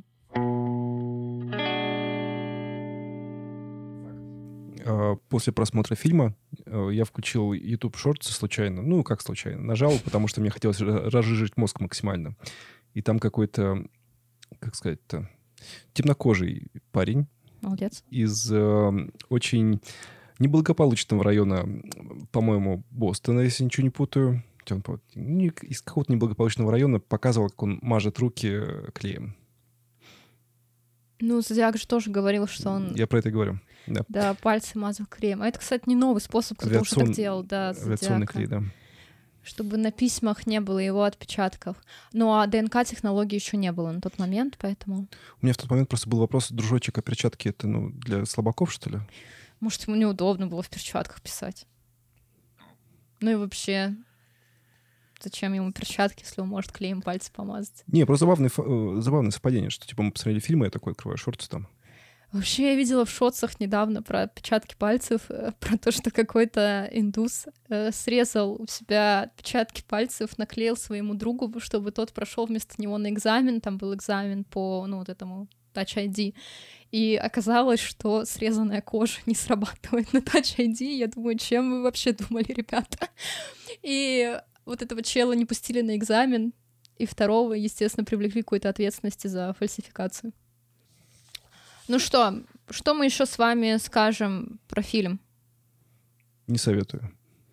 После просмотра фильма я включил YouTube Shorts случайно. Ну, как случайно? Нажал, потому что мне хотелось разжижить мозг максимально. И там какой-то, как сказать-то, темнокожий парень. Молодец. Из очень неблагополучного района, по-моему, Бостона, если ничего не путаю. Из какого-то неблагополучного района показывал, как он мажет руки клеем. Ну, Зодиак же тоже говорил, что он... Я про это и говорю. Да, да, пальцы мазал клеем. А это, кстати, не новый способ, кто-то уже так делал, да, авиационный клей, да. Чтобы на письмах не было его отпечатков. Ну, а ДНК-технологий еще не было на тот момент, поэтому... У меня в тот момент просто был вопрос, дружочек, а перчатки это, ну, для слабаков, что ли? Может, ему неудобно было в перчатках писать. Ну и вообще, зачем ему перчатки, если он может клеем пальцы помазать? Не, просто забавное совпадение, что, типа, мы посмотрели фильм, и я такой открываю шорты там. Вообще, я видела в шотсах недавно про отпечатки пальцев, про то, что какой-то индус срезал у себя отпечатки пальцев, наклеил своему другу, чтобы тот прошел вместо него на экзамен. Там был экзамен по, ну, вот этому Touch ID. И оказалось, что срезанная кожа не срабатывает на Touch ID. Я думаю, чем вы вообще думали, ребята? И вот этого чела не пустили на экзамен, и второго, естественно, привлекли к какой-то ответственности за фальсификацию. Ну что мы еще с вами скажем про фильм? Не советую.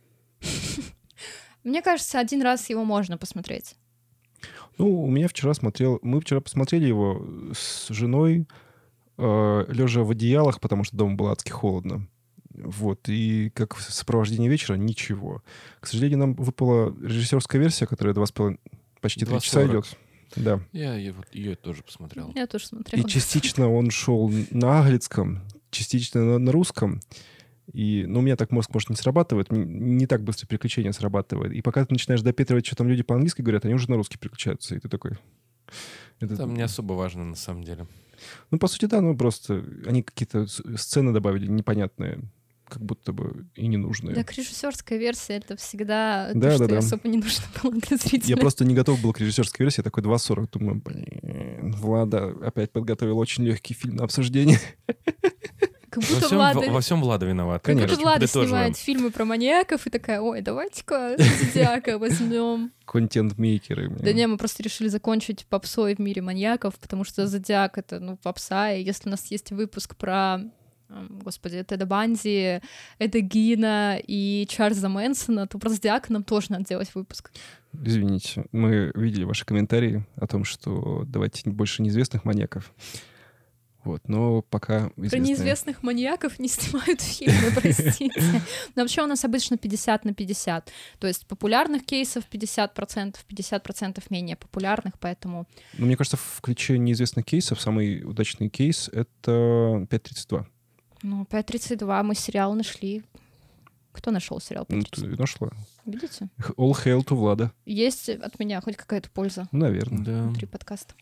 Мне кажется, один раз его можно посмотреть. Ну, мы вчера посмотрели его с женой, лежа в одеялах, потому что дома было адски холодно. Вот, и как сопровождение вечера ничего. К сожалению, нам выпала режиссерская версия, которая почти 3 часа идет. Да. Я ее тоже посмотрел. Я тоже смотрела. И частично он шел на английском, частично на русском. И, ну, у меня так мозг, может, не срабатывает, не так быстро переключение срабатывает. И пока ты начинаешь допетривать, что там люди по-английски говорят, они уже на русский переключаются. И ты такой... Там не особо важно, на самом деле. Ну, по сути, да, ну, просто они какие-то сцены добавили непонятные, как будто бы и ненужные. Так, режиссерская версия — это всегда да, то, что особо не нужно было для зрителя. Я просто не готов был к режиссерской версии, я такой 2.40, думаю, блин, Влада опять подготовил очень легкий фильм на обсуждение. Как будто Влада... Во всем Влада виноват. Как будто Влада снимает фильмы про маньяков и такая, ой, давайте-ка Зодиака возьмем. Контент-мейкеры. Да не, мы просто решили закончить попсой в мире маньяков, потому что Зодиак — это, ну, попса, и если у нас есть выпуск про, господи, Теда Банди, Эда Гина и Чарльза Мэнсона, то про Зодиака нам тоже надо делать выпуск. Извините, мы видели ваши комментарии о том, что давайте больше неизвестных маньяков. Вот, но пока известные. Про неизвестных маньяков не снимают фильмы, простите. Но вообще у нас обычно 50 на 50. То есть популярных кейсов 50%, 50% менее популярных, поэтому... Ну, мне кажется, в ключе неизвестных кейсов самый удачный кейс — это 5.32. Ну, 5:32 мы сериал нашли. Кто нашел сериал Ну, 5:32? ты нашла. Видите? All hail to Влада. Есть от меня хоть какая-то польза Наверное. Да. внутри подкаста.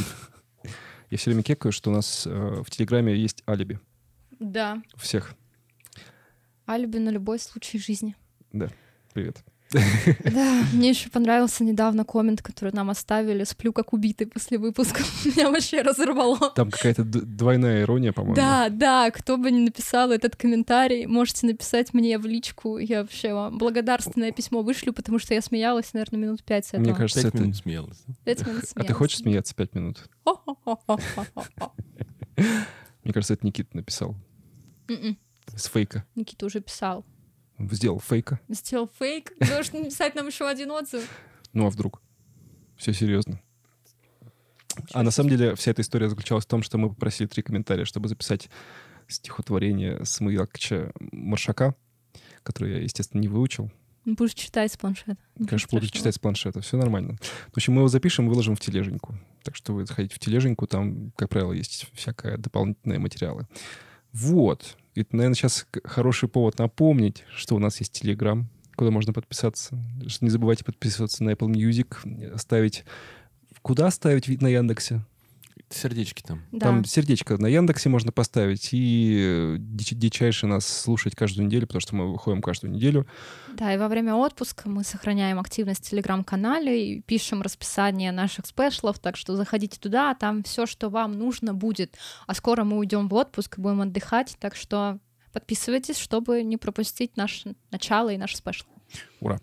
Я все время кекаю, что у нас в Телеграме есть алиби. Да. У всех. Алиби на любой случай жизни. Да. Привет. Да, мне еще понравился недавно коммент, который нам оставили. Сплю как убитый после выпуска. Меня вообще разорвало. Там какая-то двойная ирония, по-моему. Да, кто бы ни написал этот комментарий, можете написать мне в личку. Я вообще вам благодарственное письмо вышлю, потому что я смеялась, наверное, минут 5 с этого. Мне кажется, 5 это... минут смеялась. 5 минут А смеялась. ты хочешь смеяться 5 минут? Хо-хо-хо-хо-хо-хо. Мне кажется, это Никита написал. М-м. С фейка. Никита уже писал. Сделал фейка. Сделал фейк. Должен написать нам еще один отзыв. Ну а вдруг? Все серьезно. А на самом деле вся эта история заключалась в том, что мы попросили 3 комментария, чтобы записать стихотворение Самуила Яковлевича Маршака, которое я, естественно, не выучил. Будешь читать с планшета. Конечно, буду читать с планшета. Все нормально. В общем, мы его запишем и выложим в тележеньку. Так что вы заходите в тележеньку, там, как правило, есть всякие дополнительные материалы. Вот. И, наверное, сейчас хороший повод напомнить, что у нас есть Telegram, куда можно подписаться. Не забывайте подписываться на Apple Music, ставить... Куда ставить вид на Яндексе? Сердечки там. Да. Там сердечко на Яндексе можно поставить и дичайше нас слушать каждую неделю, потому что мы выходим каждую неделю. Да, и во время отпуска мы сохраняем активность в Телеграм-канале и пишем расписание наших спешлов, так что заходите туда, там все, что вам нужно, будет. А скоро мы уйдем в отпуск и будем отдыхать, так что подписывайтесь, чтобы не пропустить наше начало и наш спешл. Ура!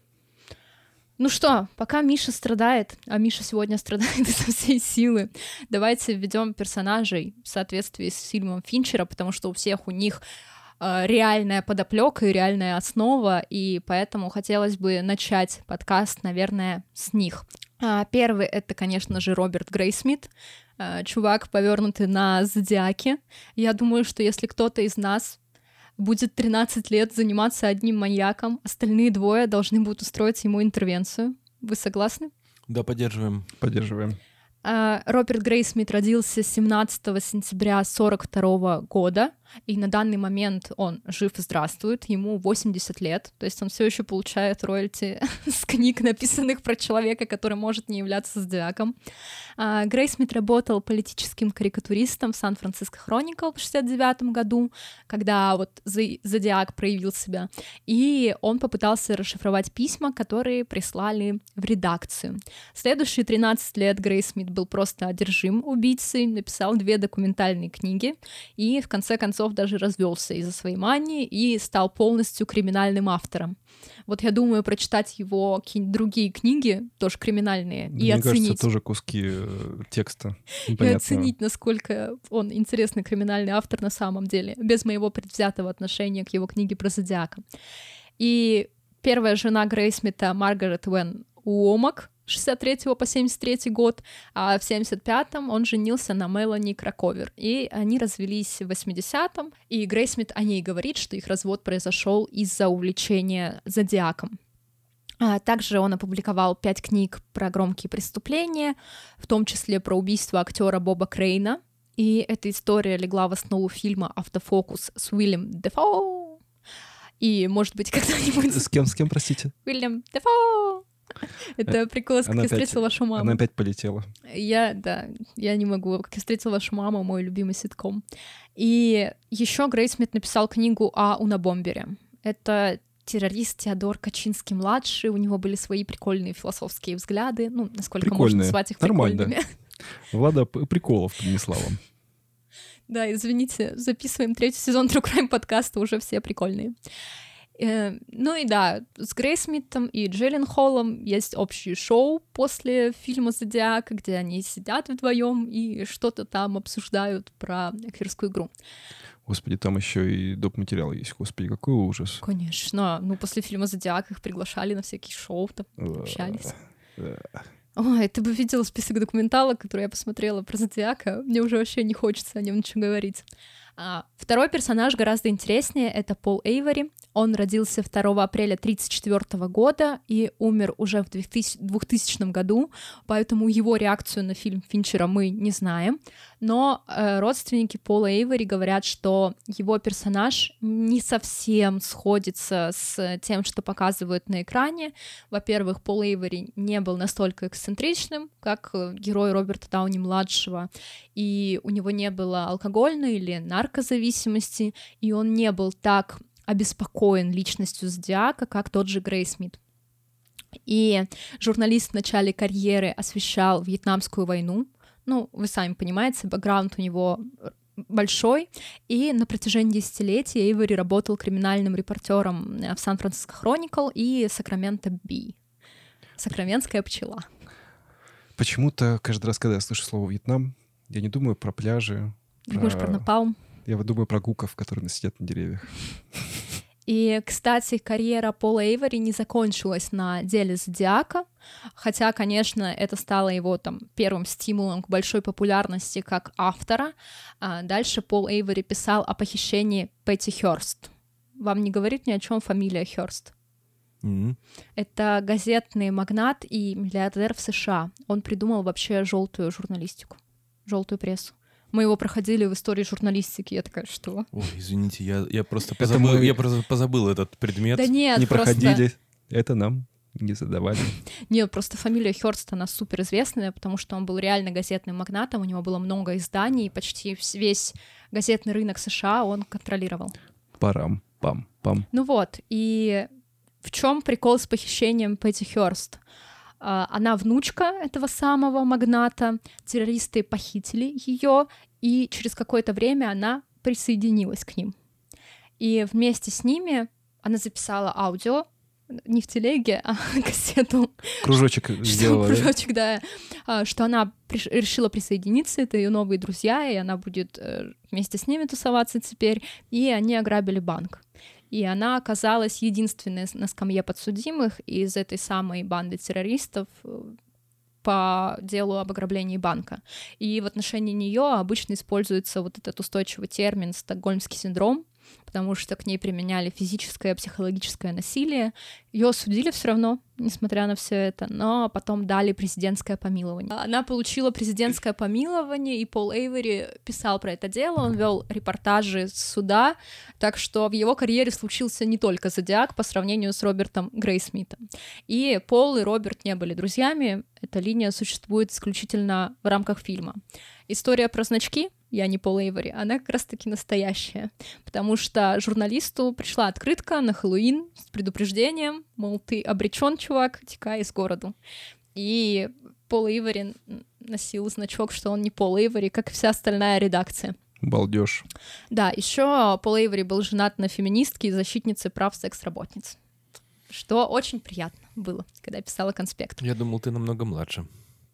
Ну что, пока Миша страдает, а Миша сегодня страдает изо всей силы, давайте введем персонажей в соответствии с фильмом Финчера, потому что у всех у них реальная подоплека и реальная основа, и поэтому хотелось бы начать подкаст, наверное, с них. Первый — это, конечно же, Роберт Грейсмит, чувак, повернутый на зодиаке. Я думаю, что если кто-то из нас будет 13 лет заниматься одним маньяком, остальные двое должны будут устроить ему интервенцию. Вы согласны? Да, поддерживаем. Поддерживаем. Роберт Грейсмит родился 17 сентября 1942 года, и на данный момент он жив и здравствует, ему 80 лет, то есть он все еще получает роялти с книг, написанных про человека, который может не являться зодиаком. Грейсмит работал политическим карикатуристом в Сан-Франциско Хроникл в 1969 году, когда вот зодиак проявил себя, и он попытался расшифровать письма, которые прислали в редакцию. Следующие 13 лет Грейсмит был просто одержим убийцей, написал 2 документальные книги и в конце концов даже развелся из-за своей мании и стал полностью криминальным автором. Вот я думаю прочитать его какие-нибудь другие книги, тоже криминальные, Да, и мне оценить. кажется, тоже куски текста. И непонятного. оценить, насколько он интересный криминальный автор на самом деле, без моего предвзятого отношения к его книге про зодиака. И первая жена Грейсмита Маргарет Уэн Уомак, 63 по 73 год, а в 75-м он женился на Мелани Краковер, и они развелись в 80-м, и Грейсмит о ней говорит, что их развод произошел из-за увлечения зодиаком. Также он опубликовал 5 книг про громкие преступления, в том числе про убийство актера Боба Крейна, и эта история легла в основу фильма «Автофокус» с Уильям Дефо. И, может быть, когда-нибудь... С кем, простите? Уильям Дефо! Это прикол, как я встретила вашу маму. Она опять полетела. Я не могу. Как я встретила вашу маму, мой любимый ситком. И еще Грейсмит написал книгу о Унабомбере. Это террорист Теодор Качинский-младший. У него были свои прикольные философские взгляды. Ну, насколько можно назвать их прикольными. Влада приколов принесла вам. Да, извините, записываем 3-й сезон True Crime подкаста, уже все прикольные. Ну и да, с Грейсмитом и Джилленхолом есть общее шоу после фильма «Зодиак», где они сидят вдвоем и что-то там обсуждают про актерскую игру. Господи, там еще и доп. Материал есть. Господи, какой ужас. Конечно. Ну, после фильма «Зодиак» их приглашали на всякие шоу, там общались. Ой, ты бы видела список документалок, которые я посмотрела про Зодиака. Мне уже вообще не хочется о нем ничего говорить. Второй персонаж гораздо интереснее — это Пол Эйвори. Он родился 2 апреля 1934 года и умер уже в 2000 году, поэтому его реакцию на фильм Финчера мы не знаем. но родственники Пола Эйвори говорят, что его персонаж не совсем сходится с тем, что показывают на экране. Во-первых, Пол Эйвори не был настолько эксцентричным, как герой Роберта Дауни-младшего, и у него не было алкогольной или наркозависимости, и он не был так обеспокоен личностью Зодиака, как тот же Грейсмит. И журналист в начале карьеры освещал Вьетнамскую войну. Ну, вы сами понимаете, бэкграунд у него большой, и на протяжении десятилетий Эйвори работал криминальным репортером в Сан-Франциско Хроникл и Сакраменто Би. Сакраментская пчела. Почему-то каждый раз, когда я слышу слово «Вьетнам», я не думаю про пляжи. Думаешь про напалм? Я вот думаю про гуков, которые сидят на деревьях. И, кстати, карьера Пола Эйвори не закончилась на деле Зодиака, хотя, конечно, это стало его там первым стимулом к большой популярности как автора. Дальше Пол Эйвори писал о похищении Пэтти Хёрст. Вам не говорит ни о чем фамилия Хёрст? Это газетный магнат и миллиардер в США. Он придумал вообще желтую журналистику, желтую прессу. Мы его проходили в истории журналистики. Я такая, что? Ой, извините, я просто позабыл этот предмет. Да нет, не просто... проходили. Это нам не задавали. Нет, просто фамилия Хёрст, она суперизвестная, потому что он был реально газетным магнатом, у него было много изданий, и почти весь газетный рынок США он контролировал. Парам-пам-пам. Ну вот, и в чем прикол с похищением Пэтти Хёрст? Она внучка этого самого магната, террористы похитили ее, и через какое-то время она присоединилась к ним. И вместе с ними она записала аудио, не в телеге, а кассету. Кружочек сделала, да? Кружочек, да. Что она решила присоединиться, это ее новые друзья, и она будет вместе с ними тусоваться теперь, и они ограбили банк. И она оказалась единственной на скамье подсудимых из этой самой банды террористов по делу об ограблении банка. И в отношении нее обычно используется вот этот устойчивый термин «стокгольмский синдром», потому что к ней применяли физическое и психологическое насилие. Ее осудили все равно, несмотря на все это, но потом дали президентское помилование. Она получила президентское помилование, и Пол Эйвори писал про это дело, он вел репортажи с суда, так что в его карьере случился не только Зодиак по сравнению с Робертом Грейсмитом. И Пол и Роберт не были друзьями, эта линия существует исключительно в рамках фильма. История про значки, я не Пол Эйвори, она как раз-таки настоящая, потому что журналисту пришла открытка на Хэллоуин с предупреждением, мол, ты обречен, чувак, текай из города. И Пол Эйвори носил значок, что он не Пол Эйвори, как и вся остальная редакция. Балдеж. Да, еще Пол Эйвори был женат на феминистке и защитнице прав секс-работниц, что очень приятно было, когда я писала конспект. Я думал, ты намного младше.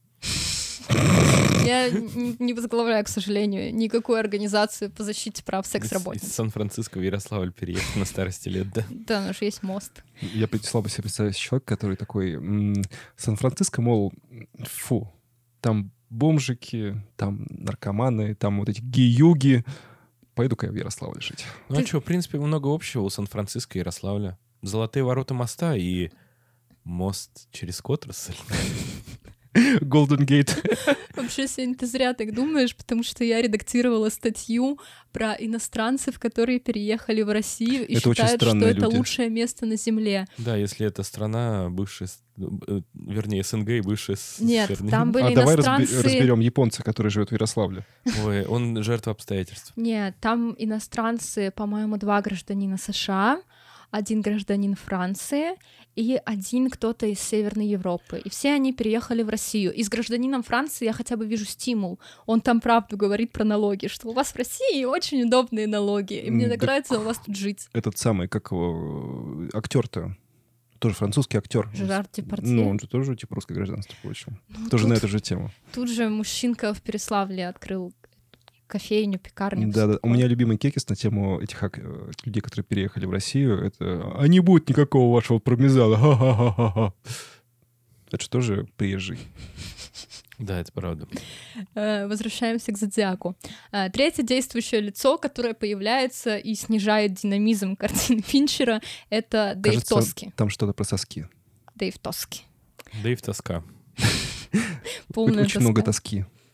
Я не возглавляю, к сожалению, никакую организацию по защите прав секс-работниц. Из Сан-Франциско в Ярославль переехал на старости лет, да? Да, у нас же есть мост. Я слабо себе представляю человека, который такой... Сан-Франциско, мол, фу, там бомжики, там наркоманы, там вот эти гей-юги. Пойду-ка я в Ярославль жить. Ну а что, в принципе, много общего у Сан-Франциско и Ярославля. Золотые ворота моста и мост через Котрасль. Golden Gate. Вообще, сегодня ты зря так думаешь, потому что я редактировала статью про иностранцев, которые переехали в Россию и это считают, что люди. это лучшее место на Земле. Да, если это страна бывшая, вернее, СНГ и бывшая... Нет, там были давай иностранцы... разберем японца, который живет в Ярославле. Ой, он жертва обстоятельств. Нет, там иностранцы, по-моему, 2 гражданина США, 1 гражданин Франции и 1 кто-то из Северной Европы. И все они переехали в Россию. И с гражданином Франции я хотя бы вижу стимул. Он там правду говорит про налоги, что у вас в России очень удобные налоги, и мне так нравится у вас тут жить. Этот самый, как его, актер-то, тоже французский актер. Жерар Депардье. Ну, он же тоже типа русское гражданство получил. Ну, тоже тут, на эту же тему. Тут же мужчинка в Переславле открыл кофейню, пекарню. Да. У меня любимый кекис на тему этих людей, которые переехали в Россию, это «А не будет никакого вашего пармезана, ха-ха-ха-ха». Это же тоже приезжий. Да, это правда. Возвращаемся к Зодиаку. Третье действующее лицо, которое появляется и снижает динамизм картины Финчера, это Дэйв Тоски. Там что-то про соски. Дэйв Тоски. Дэйв тоска. Полная Очень много тоски.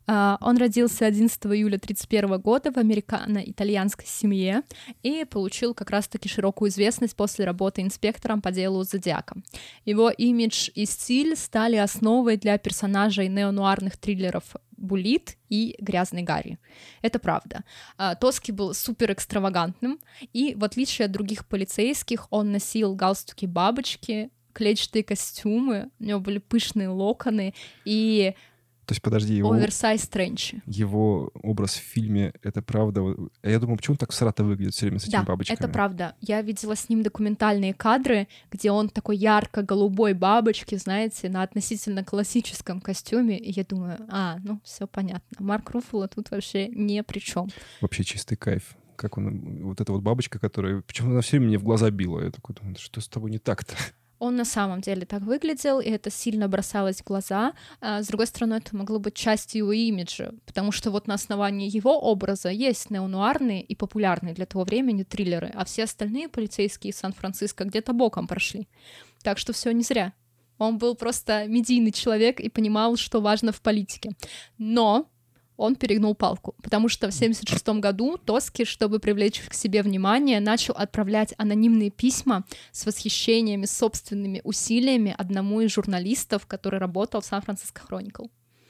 Он родился 11 июля 1931 года в американо-итальянской семье и получил как раз-таки широкую известность после работы инспектором по делу Зодиака. Его имидж и стиль стали основой для персонажей неонуарных триллеров «Буллит» и «Грязный Гарри». Это правда. Тоски был супер экстравагантным, и в отличие от других полицейских, он носил галстуки-бабочки, клетчатые костюмы, у него были пышные локоны и То есть, подожди, оверсайз тренчи. его образ в фильме, это правда? Я думаю, почему он так всрато выглядит все время с этими Да, бабочками? это правда. Я видела с ним документальные кадры, где он такой ярко-голубой бабочки, знаете, на относительно классическом костюме, и я думаю, ну, все понятно. Марк Руффало тут вообще ни при чем. Вообще чистый кайф. Как он, вот эта вот бабочка, которая... Почему она все время мне в глаза била? Я такой думаю, что с тобой не так-то? Он на самом деле так выглядел, и это сильно бросалось в глаза. С другой стороны, это могло быть частью его имиджа, потому что вот на основании его образа есть неонуарные и популярные для того времени триллеры, а все остальные полицейские из Сан-Франциско где-то боком прошли. Так что все не зря. Он был просто медийный человек и понимал, что важно в политике. Но он перегнул палку, потому что в 1976 году Тоски, чтобы привлечь к себе внимание, начал отправлять анонимные письма с восхищениями собственными усилиями одному из журналистов, который работал в Сан-Франциско Хроникл.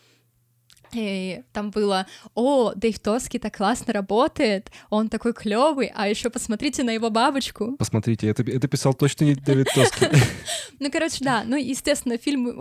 И там было: «О, Дэйв Тоски так классно работает, он такой клёвый, а еще посмотрите на его бабочку». Посмотрите, это писал точно не Дэвид Тоски. Ну, короче, да, естественно,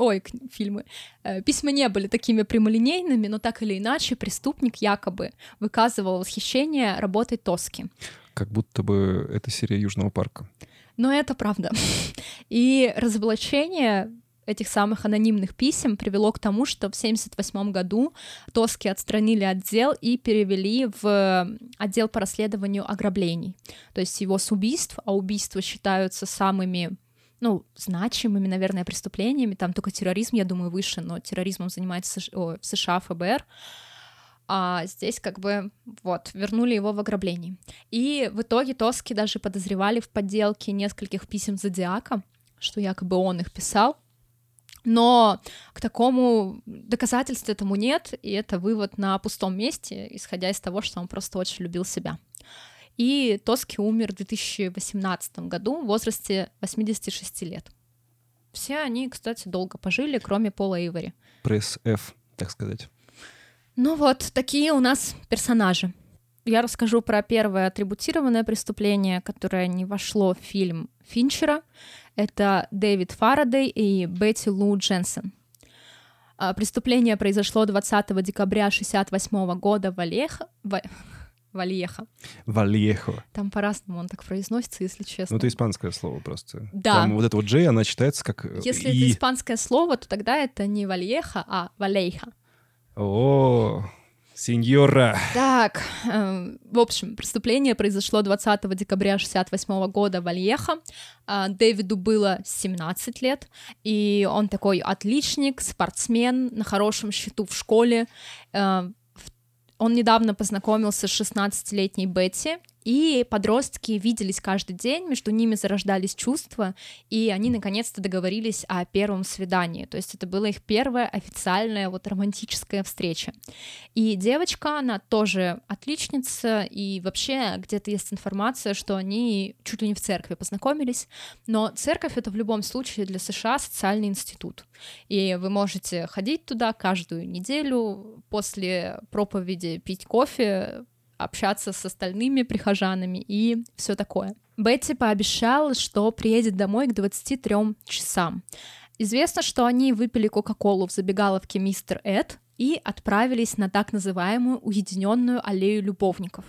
письма не были такими прямолинейными, но так или иначе преступник якобы выказывал восхищение работой Тоски. Как будто бы это серия Южного парка. Но это правда. И разоблачение этих самых анонимных писем привело к тому, что в 1978 году Тоски отстранили от дел и перевели в отдел по расследованию ограблений. То есть его с убийств, а убийства считаются самыми, значимыми, наверное, преступлениями. Там только терроризм, я думаю, выше, но терроризмом занимается в США ФБР. А здесь вернули его в ограблении. И в итоге Тоски даже подозревали в подделке нескольких писем Зодиака, что якобы он их писал. Но к такому доказательству этому нет, и это вывод на пустом месте, исходя из того, что он просто очень любил себя. И Тоски умер в 2018 году в возрасте 86 лет. Все они, кстати, долго пожили, кроме Пола Эйвори. Пресс F, так сказать. Ну вот, такие у нас персонажи. Я расскажу про первое атрибутированное преступление, которое не вошло в фильм Финчера. Это Дэвид Фарадей и Бетти Лу Дженсен. Преступление произошло 20 декабря 1968 года в Вальехо. Там по-разному он так произносится, если честно. Ну, это испанское слово просто. Да. Там вот это вот «J», она читается как Если это испанское слово, то тогда это не Вальеха, а Валейха. О, сеньора. Так, в общем, преступление произошло 20 декабря 1968 года в Вальехо. Дэвиду было 17 лет, и он такой отличник, спортсмен, на хорошем счету в школе. Он недавно познакомился с 16-летней Бетти, и подростки виделись каждый день, между ними зарождались чувства, и они наконец-то договорились о первом свидании. То есть это была их первая официальная романтическая встреча. И девочка, она тоже отличница, и вообще где-то есть информация, что они чуть ли не в церкви познакомились, но церковь — это в любом случае для США социальный институт, и вы можете ходить туда каждую неделю, после проповеди пить кофе, общаться с остальными прихожанами и все такое. Бетти пообещала, что приедет домой к 23 часам. Известно, что они выпили Кока-Колу в забегаловке «Мистер Эд» и отправились на так называемую уединенную аллею любовников.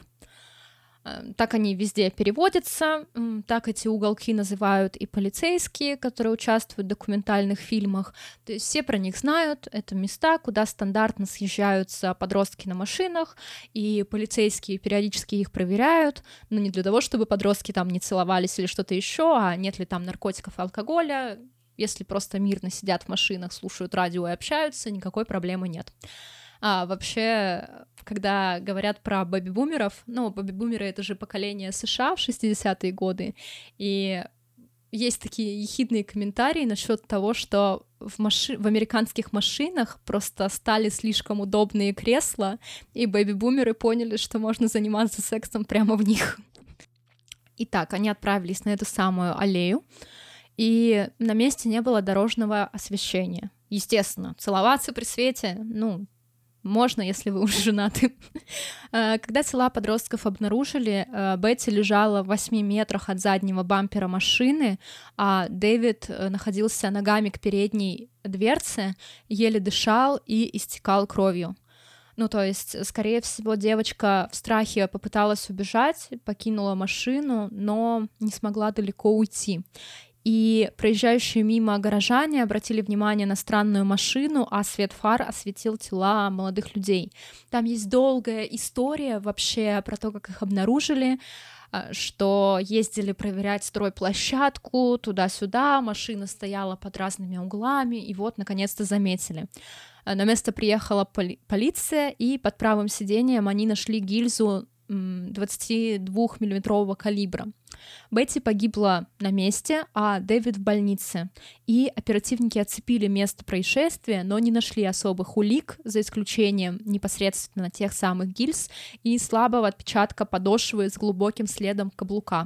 Так они везде переводятся, так эти уголки называют и полицейские, которые участвуют в документальных фильмах. То есть все про них знают, это места, куда стандартно съезжаются подростки на машинах, и полицейские периодически их проверяют, но не для того, чтобы подростки там не целовались или что-то еще, а нет ли там наркотиков и алкоголя. Если просто мирно сидят в машинах, слушают радио и общаются, никакой проблемы нет. А вообще, когда говорят про бэби-бумеров, бэби-бумеры — это же поколение США в 60-е годы, и есть такие ехидные комментарии насчет того, что в американских машинах просто стали слишком удобные кресла, и бэби-бумеры поняли, что можно заниматься сексом прямо в них. Итак, они отправились на эту самую аллею, и на месте не было дорожного освещения. Естественно, целоваться при свете, можно, если вы уже женаты. Когда тела подростков обнаружили, Бетти лежала в 8 метрах от заднего бампера машины, а Дэвид находился ногами к передней дверце, еле дышал и истекал кровью. То есть, скорее всего, девочка в страхе попыталась убежать, покинула машину, но не смогла далеко уйти. И проезжающие мимо горожане обратили внимание на странную машину, а свет фар осветил тела молодых людей. Там есть долгая история вообще про то, как их обнаружили, что ездили проверять стройплощадку туда-сюда, машина стояла под разными углами, и вот, наконец-то, заметили. На место приехала полиция, и под правым сиденьем они нашли гильзу 22-миллиметрового калибра. Бетти погибла на месте, а Дэвид в больнице. И оперативники оцепили место происшествия, но не нашли особых улик, за исключением непосредственно тех самых гильз и слабого отпечатка подошвы с глубоким следом каблука.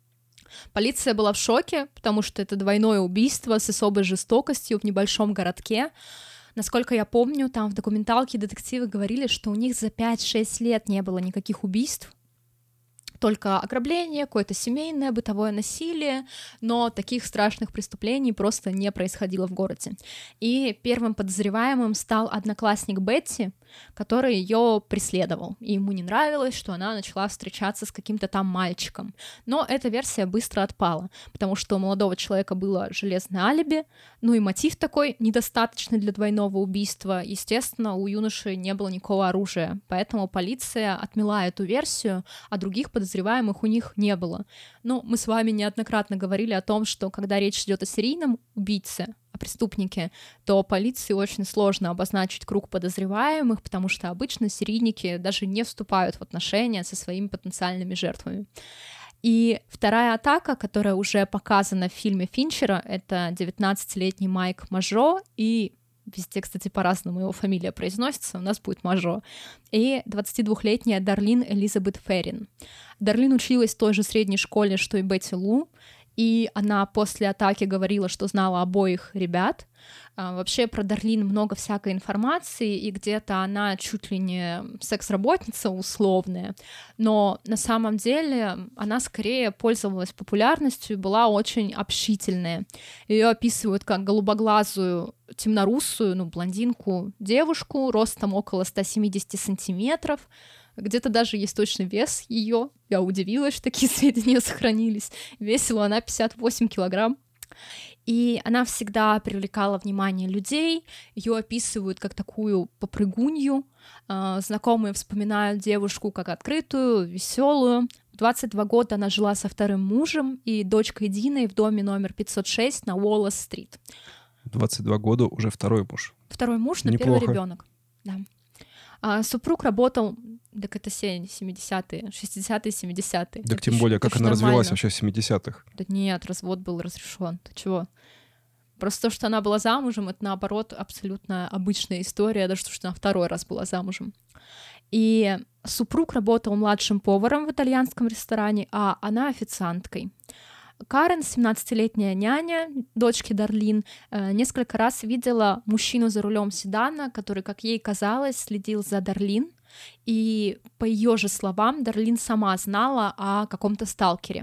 Полиция была в шоке, потому что это двойное убийство с особой жестокостью в небольшом городке. Насколько я помню, там в документалке детективы говорили, что у них за 5-6 лет не было никаких убийств, только ограбление, какое-то семейное, бытовое насилие, но таких страшных преступлений просто не происходило в городе. И первым подозреваемым стал одноклассник Бетти, который ее преследовал, и ему не нравилось, что она начала встречаться с каким-то там мальчиком. Но эта версия быстро отпала, потому что у молодого человека было железное алиби, и мотив такой недостаточный для двойного убийства. Естественно, у юноши не было никакого оружия, поэтому полиция отмела эту версию, а других подозреваемых у них не было. Мы с вами неоднократно говорили о том, что когда речь идет о серийном убийце, о преступнике, то полиции очень сложно обозначить круг подозреваемых, потому что обычно серийники даже не вступают в отношения со своими потенциальными жертвами. И вторая атака, которая уже показана в фильме Финчера, это 19-летний Майк Мажо, и везде, кстати, по-разному его фамилия произносится, у нас будет Мажо, и 22-летняя Дарлин Элизабет Феррин. Дарлин училась в той же средней школе, что и Бетти Лу, и она после атаки говорила, что знала обоих ребят. Вообще про Дарлин много всякой информации, и где-то она чуть ли не секс-работница условная, но на самом деле она скорее пользовалась популярностью и была очень общительная. Ее описывают как голубоглазую, темнорусую, блондинку девушку, ростом около 170 сантиметров, где-то даже есть точный вес ее. Я удивилась, что такие сведения сохранились. Весила она 58 килограмм. И она всегда привлекала внимание людей. Ее описывают как такую попрыгунью. Знакомые вспоминают девушку как открытую, веселую. В 22 года она жила со вторым мужем и дочкой Диной в доме номер 506 на Уоллес-стрит. 22 года уже второй муж. Второй муж, но Неплохо. Первый ребенок. Да. Супруг работал, так это 70-е, 60-е, 70-е. Так тем более, как она развелась вообще в 70-х? Да нет, развод был разрешен. Ты чего? Просто то, что она была замужем, это, наоборот, абсолютно обычная история, даже то, что она второй раз была замужем. И супруг работал младшим поваром в итальянском ресторане, а она официанткой. Карен, 17-летняя няня дочки Дарлин, несколько раз видела мужчину за рулем седана, который, как ей казалось, следил за Дарлин. И по ее же словам, Дарлин сама знала о каком-то сталкере.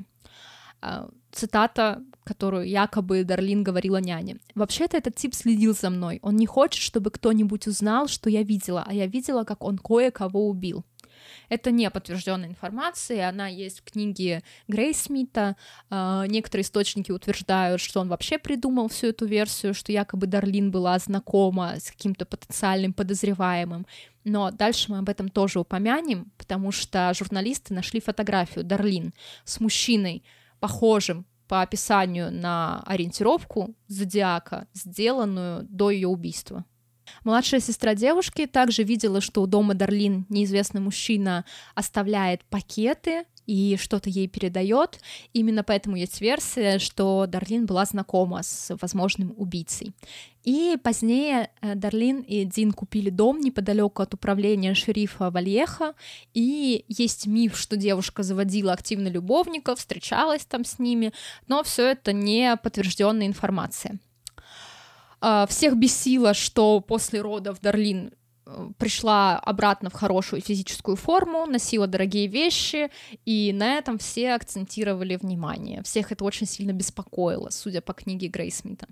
Цитата, которую якобы Дарлин говорила няне. «Вообще-то этот тип следил за мной. Он не хочет, чтобы кто-нибудь узнал, что я видела, а я видела, как он кое-кого убил». Это не подтвержденная информация, она есть в книге Грейсмита. Некоторые источники утверждают, что он вообще придумал всю эту версию, что якобы Дарлин была знакома с каким-то потенциальным подозреваемым. Но дальше мы об этом тоже упомянем, потому что журналисты нашли фотографию Дарлин с мужчиной, похожим по описанию на ориентировку Зодиака, сделанную до ее убийства. Младшая сестра девушки также видела, что у дома Дарлин неизвестный мужчина оставляет пакеты и что-то ей передает. Именно поэтому есть версия, что Дарлин была знакома с возможным убийцей. И позднее Дарлин и Дин купили дом неподалеку от управления шерифа Вальеха, и есть миф, что девушка заводила активно любовников, встречалась там с ними, но все это не подтвержденная информация. Всех бесило, что после родов Дарлин пришла обратно в хорошую физическую форму, носила дорогие вещи, и на этом все акцентировали внимание. Всех это очень сильно беспокоило, судя по книге Грейсмита.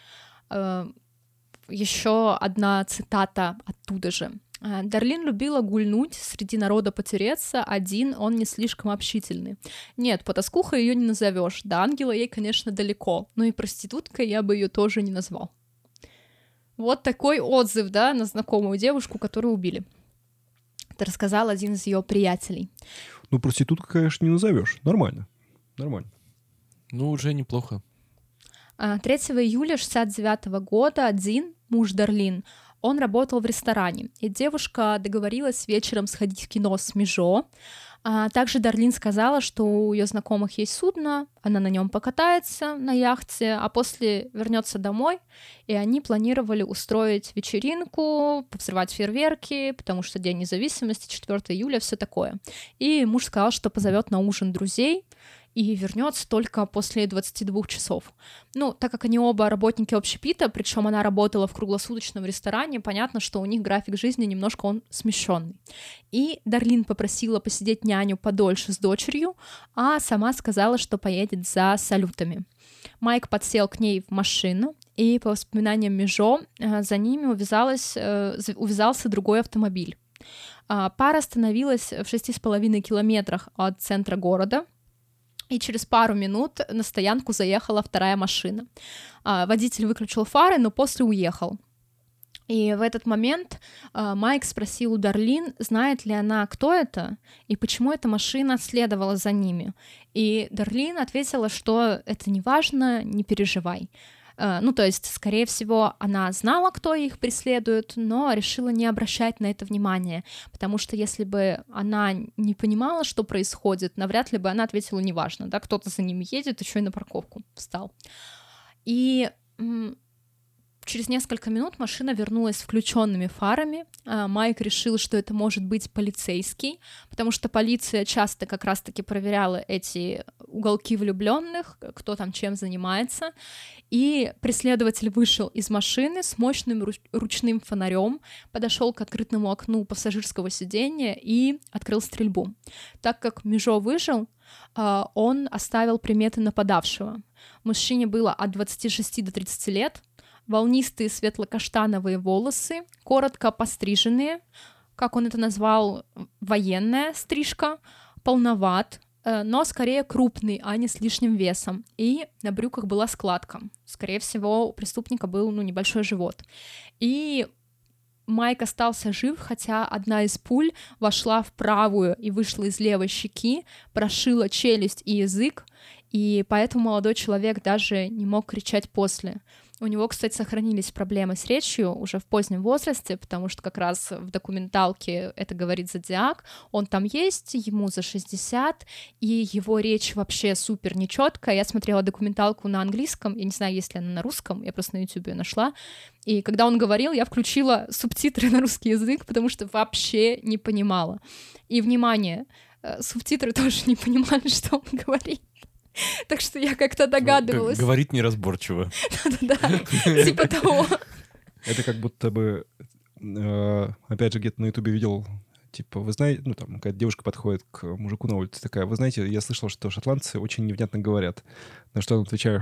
Еще одна цитата оттуда же. Дарлин любила гульнуть, среди народа потереться, один он не слишком общительный. Нет, потаскухой ее не назовешь, до ангела ей, конечно, далеко, но и проституткой я бы ее тоже не назвал. Вот такой отзыв, да, на знакомую девушку, которую убили. Это рассказал один из ее приятелей. Ну, проститутка, конечно, не назовешь. Нормально. Нормально. Ну, уже неплохо. 3 июля 1969 года Дин, муж Дарлин, он работал в ресторане, и девушка договорилась вечером сходить в кино с Межо. Также Дарлин сказала, что у ее знакомых есть судно, она на нем покатается на яхте, а после вернется домой, и они планировали устроить вечеринку, взрывать фейерверки, потому что День независимости, 4 июля, все такое. И муж сказал, что позовет на ужин друзей, и вернется только после 22 часов. Ну, так как они оба работники общепита, причем она работала в круглосуточном ресторане, понятно, что у них график жизни немножко он смещенный. И Дарлин попросила посидеть няню подольше с дочерью, а сама сказала, что поедет за салютами. Майк подсел к ней в машину, и по воспоминаниям Межо за ними увязался другой автомобиль. Пара остановилась в 6,5 километрах от центра города, и через пару минут на стоянку заехала вторая машина. Водитель выключил фары, но после уехал. И в этот момент Майк спросил у Дарлин, знает ли она, кто это, и почему эта машина следовала за ними. И Дарлин ответила, что это не важно, не переживай. Ну, то есть, скорее всего, она знала, кто их преследует, но решила не обращать на это внимания, потому что если бы она не понимала, что происходит, навряд ли бы она ответила неважно, да, кто-то за ними едет, еще и на парковку встал. И через несколько минут машина вернулась с включенными фарами. Майк решил, что это может быть полицейский, потому что полиция часто как раз-таки проверяла эти уголки влюбленных, кто там чем занимается. И преследователь вышел из машины с мощным ручным фонарем, подошел к открытому окну пассажирского сиденья и открыл стрельбу. Так как Межо выжил, он оставил приметы нападавшего. Мужчине было от 26 до 30 лет, волнистые светло-каштановые волосы, коротко постриженные, как он это назвал, военная стрижка, полноват, но скорее крупный, а не с лишним весом, и на брюках была складка. Скорее всего, у преступника был небольшой живот. И Майк остался жив, хотя одна из пуль вошла в правую и вышла из левой щеки, прошила челюсть и язык, и поэтому молодой человек даже не мог кричать после. У него, кстати, сохранились проблемы с речью уже в позднем возрасте, потому что как раз в документалке это говорит Зодиак, он там есть, ему за 60, и его речь вообще супер нечеткая. Я смотрела документалку на английском, я не знаю, есть ли она на русском, я просто на YouTube ее нашла, и когда он говорил, я включила субтитры на русский язык, потому что вообще не понимала. И, внимание, субтитры тоже не понимали, что он говорит. Так что я как-то догадывалась. Говорит неразборчиво. Да-да-да, типа того. Это как будто бы, опять же, где-то на Ютубе видел, типа, вы знаете, ну там, какая-то девушка подходит к мужику на улице, такая, вы знаете, я слышала, что шотландцы очень невнятно говорят. На что он отвечает...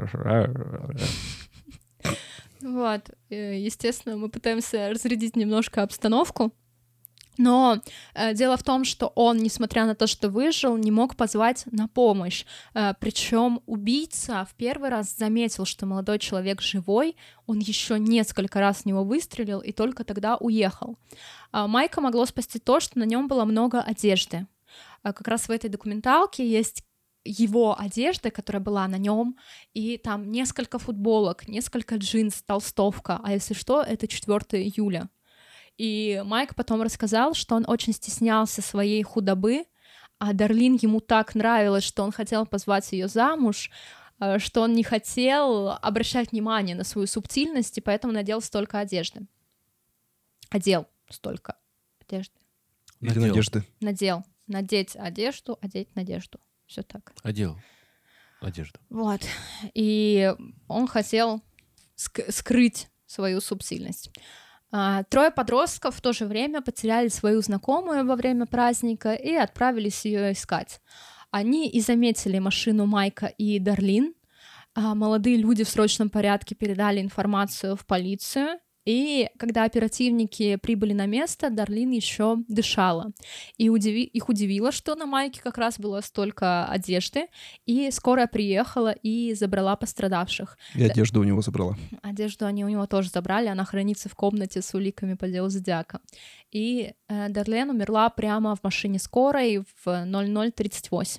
Вот, естественно, мы пытаемся разрядить немножко обстановку. Но дело в том, что он, несмотря на то, что выжил, не мог позвать на помощь. Причем убийца в первый раз заметил, что молодой человек живой, он еще несколько раз в него выстрелил и только тогда уехал. Майка могло спасти то, что на нем было много одежды. Как раз в этой документалке есть его одежда, которая была на нем, и там несколько футболок, несколько джинс, толстовка, а если что, это 4 июля. И Майк потом рассказал, что он очень стеснялся своей худобы, а Дарлин ему так нравилась, что он хотел позвать ее замуж, что он не хотел обращать внимание на свою субтильность, и поэтому надел столько одежды. Одел столько одежды. Надежды. Надеть одежду, одеть надежду. Все так. Одел одежду. Вот. И он хотел скрыть свою субтильность. 3 подростков в то же время потеряли свою знакомую во время праздника и отправились ее искать. Они и заметили машину Майка и Дарлин. Молодые люди в срочном порядке передали информацию в полицию. И когда оперативники прибыли на место, Дарлин еще дышала. И их удивило, что на Майке как раз было столько одежды. И скорая приехала и забрала пострадавших. И одежду у него забрала. Одежду они у него тоже забрали. Она хранится в комнате с уликами по делу Зодиака. И Дарлин умерла прямо в машине скорой в 00:38.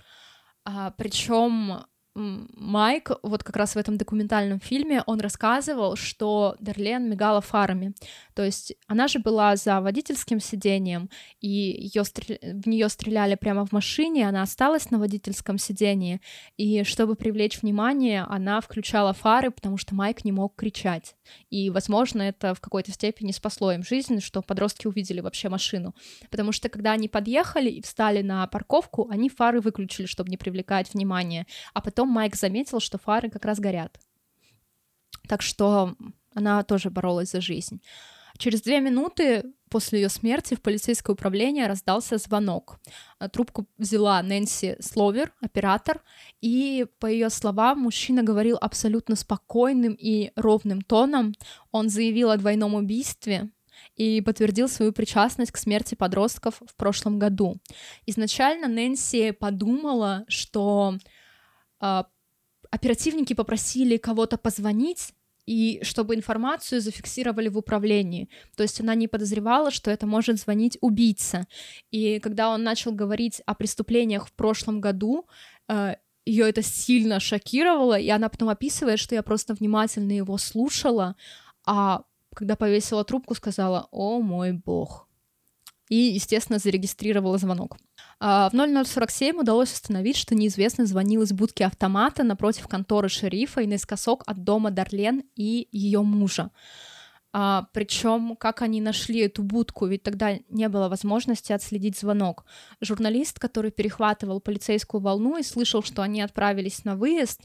Причем Майк, вот как раз в этом документальном фильме, он рассказывал, что Дарлен мигала фарами. То есть она же была за водительским сиденьем, и в нее стреляли прямо в машине, она осталась на водительском сиденье, и чтобы привлечь внимание, она включала фары, потому что Майк не мог кричать. И, возможно, это в какой-то степени спасло им жизнь, что подростки увидели вообще машину. Потому что когда они подъехали и встали на парковку, они фары выключили, чтобы не привлекать внимание, а потом Майк заметил, что фары как раз горят. Так что она тоже боролась за жизнь. Через 2 минуты после ее смерти в полицейское управление раздался звонок. Трубку взяла Нэнси Словер, оператор, и, по ее словам, мужчина говорил абсолютно спокойным и ровным тоном. Он заявил о двойном убийстве и подтвердил свою причастность к смерти подростков в прошлом году. Изначально Нэнси подумала, что оперативники попросили кого-то позвонить, и чтобы информацию зафиксировали в управлении. То есть она не подозревала, что это может звонить убийца. И когда он начал говорить о преступлениях в прошлом году, ее это сильно шокировало, и она потом описывает, что я просто внимательно его слушала, а когда повесила трубку, сказала: «О мой бог!» И, естественно, зарегистрировала звонок. В 00:47 удалось установить, что неизвестный звонил из будки автомата напротив конторы шерифа и наискосок от дома Дарлен и ее мужа. Причем, как они нашли эту будку, ведь тогда не было возможности отследить звонок. Журналист, который перехватывал полицейскую волну и слышал, что они отправились на выезд,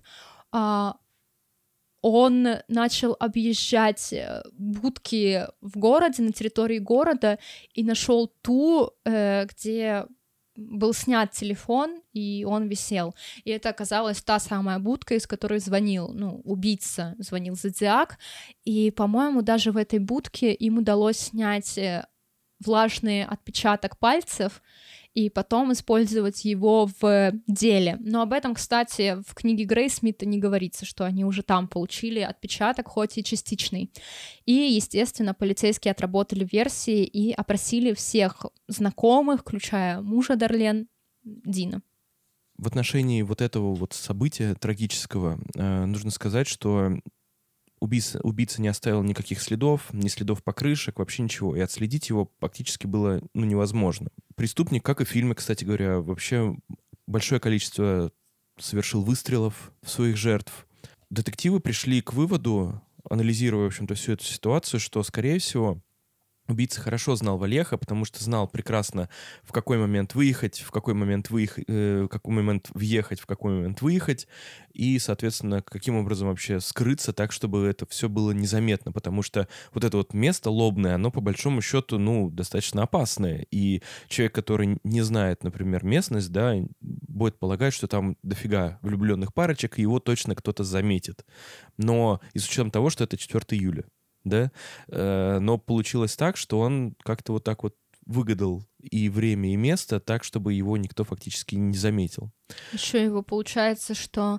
он начал объезжать будки в городе, на территории города, и нашел ту, где был снят телефон, и он висел. И это оказалась та самая будка, из которой звонил, убийца, звонил Зодиак. И, по-моему, даже в этой будке им удалось снять влажный отпечаток пальцев и потом использовать его в деле. Но об этом, кстати, в книге Грейсмита не говорится, что они уже там получили отпечаток, хоть и частичный. И, естественно, полицейские отработали версии и опросили всех знакомых, включая мужа Дарлен, Дина. В отношении вот этого вот события трагического нужно сказать, что убийца не оставил никаких следов, ни следов покрышек, вообще ничего. И отследить его практически было невозможно. Преступник, как и в фильме, кстати говоря, вообще большое количество совершил выстрелов в своих жертв. Детективы пришли к выводу, анализируя, в общем-то, всю эту ситуацию, что, скорее всего, убийца хорошо знал Вальеха, потому что знал прекрасно, в какой момент выехать, в какой момент въехать, в какой момент выехать, и, соответственно, каким образом вообще скрыться так, чтобы это все было незаметно, потому что вот это вот место лобное, оно по большому счету, достаточно опасное, и человек, который не знает, например, местность, да, будет полагать, что там дофига влюбленных парочек, и его точно кто-то заметит. Но и с учетом того, что это 4 июля, да, но получилось так, что он как-то вот так вот выгадал и время, и место так, чтобы его никто фактически не заметил. Еще его получается, что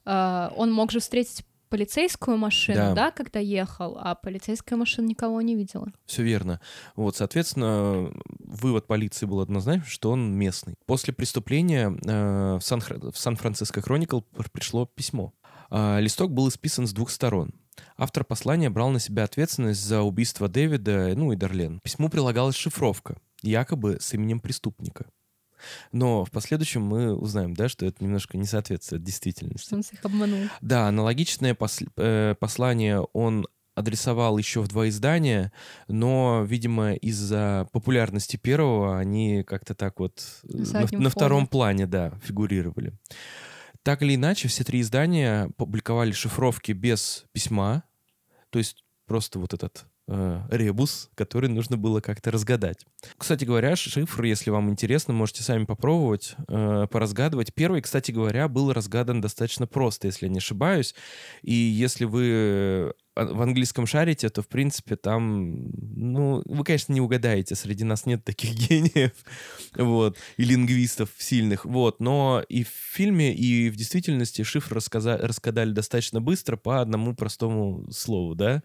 он мог же встретить полицейскую машину, да, когда ехал, а полицейская машина никого не видела. Все верно. Вот, соответственно, вывод полиции был однозначно, что он местный. После преступления в Сан-Франциско Хроникл пришло письмо. Листок был исписан с 2 сторон. Автор послания брал на себя ответственность за убийство Дэвида, и Дарлен. К письму прилагалась шифровка, якобы с именем преступника. Но в последующем мы узнаем, да, что это немножко не соответствует действительности. Что он всех обманул. Да, аналогичное послание он адресовал еще в 2 издания, но, видимо, из-за популярности первого они как-то так вот на втором плане, да, фигурировали. Так или иначе, все 3 издания публиковали шифровки без письма, то есть просто вот этот ребус, который нужно было как-то разгадать. Кстати говоря, шифр, если вам интересно, можете сами попробовать, поразгадывать. Первый, кстати говоря, был разгадан достаточно просто, если я не ошибаюсь. И если вы в английском шарите, то, в принципе, там, ну, вы, конечно, не угадаете, среди нас нет таких гениев, вот, и лингвистов сильных, вот, но и в фильме, и в действительности шифр разгадали достаточно быстро по одному простому слову, да,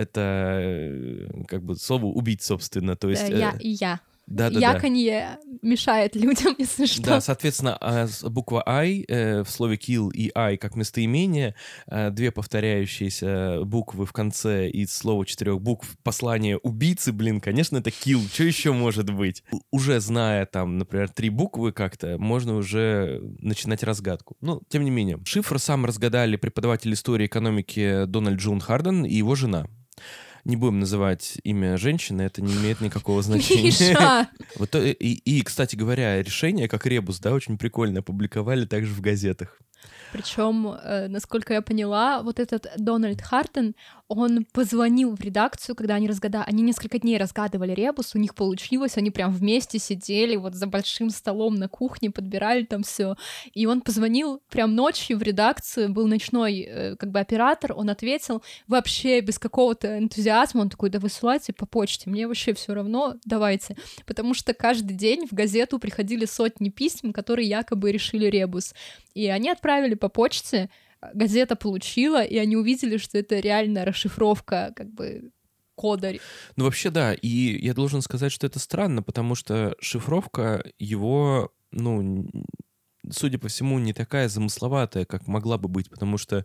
это как бы слово «убить», собственно, то есть... Я и я. Да. Яконье мешает людям, если что. Да, соответственно, буква «I» в слове «kill» и «I» как местоимение, 2 повторяющиеся буквы в конце из слова 4 букв послания убийцы, конечно, это «kill». Что еще может быть? Уже зная там, например, 3 буквы как-то, можно уже начинать разгадку. Ну, тем не менее. Шифр сам разгадали преподаватель истории и экономики Дональд Джон Харден и его жена. Не будем называть имя женщины, это не имеет никакого значения. Миша! Вот, кстати говоря, решение, как ребус, да, очень прикольно опубликовали также в газетах. Причем, насколько я поняла, вот этот Дональд Харден, он позвонил в редакцию, когда они они несколько дней разгадывали ребус, у них получилось, они прям вместе сидели вот за большим столом на кухне, подбирали там все, и он позвонил прям ночью в редакцию, был ночной как бы оператор, он ответил вообще без какого-то энтузиазма, он такой: да высылайте по почте, мне вообще все равно, давайте, потому что каждый день в газету приходили сотни писем, которые якобы решили ребус, и они отправили по почте, газета получила, и они увидели, что это реально расшифровка, как бы, кода. Ну, вообще, да, и я должен сказать, что это странно, потому что шифровка его, ну, судя по всему, не такая замысловатая, как могла бы быть, потому что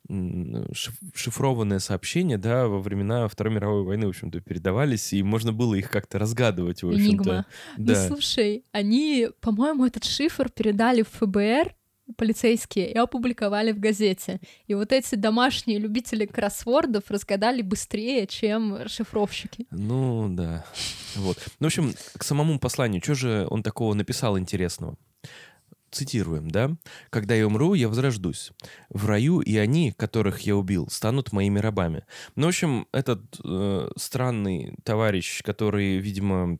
шифрованные сообщения, да, во времена Второй мировой войны, в общем-то, передавались, и можно было их как-то разгадывать, в общем-то. Энигма. Да. Ну, слушай, они, по-моему, этот шифр передали в ФБР, полицейские, и опубликовали в газете. И вот эти домашние любители кроссвордов разгадали быстрее, чем расшифровщики. Ну, да. Вот. Ну, в общем, к самому посланию, что же он такого написал интересного? Цитируем, да? «Когда я умру, я возрождусь. В раю и они, которых я убил, станут моими рабами». Ну, в общем, этот странный товарищ, который, видимо,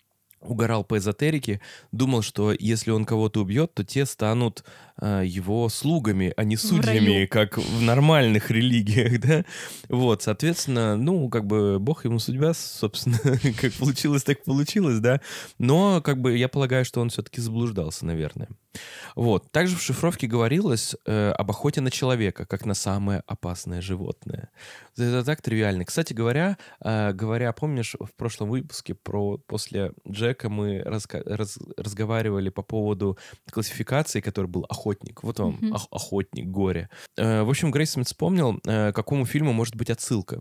угорал по эзотерике, думал, что если он кого-то убьет, то те станут его слугами, а не судьями, как в нормальных религиях, да? Вот, соответственно, ну, как бы Бог ему судьба, собственно, как получилось, так получилось, да? Но, как бы, я полагаю, что он все-таки заблуждался, наверное. Вот. Также в шифровке говорилось об охоте на человека, как на самое опасное животное. Это так тривиально. Кстати говоря, помнишь, в прошлом выпуске после Джека мы разговаривали по поводу классификации, который был охотник. Вот вам охотник, горе. В общем, Грей Смит вспомнил, к какому фильму может быть отсылка.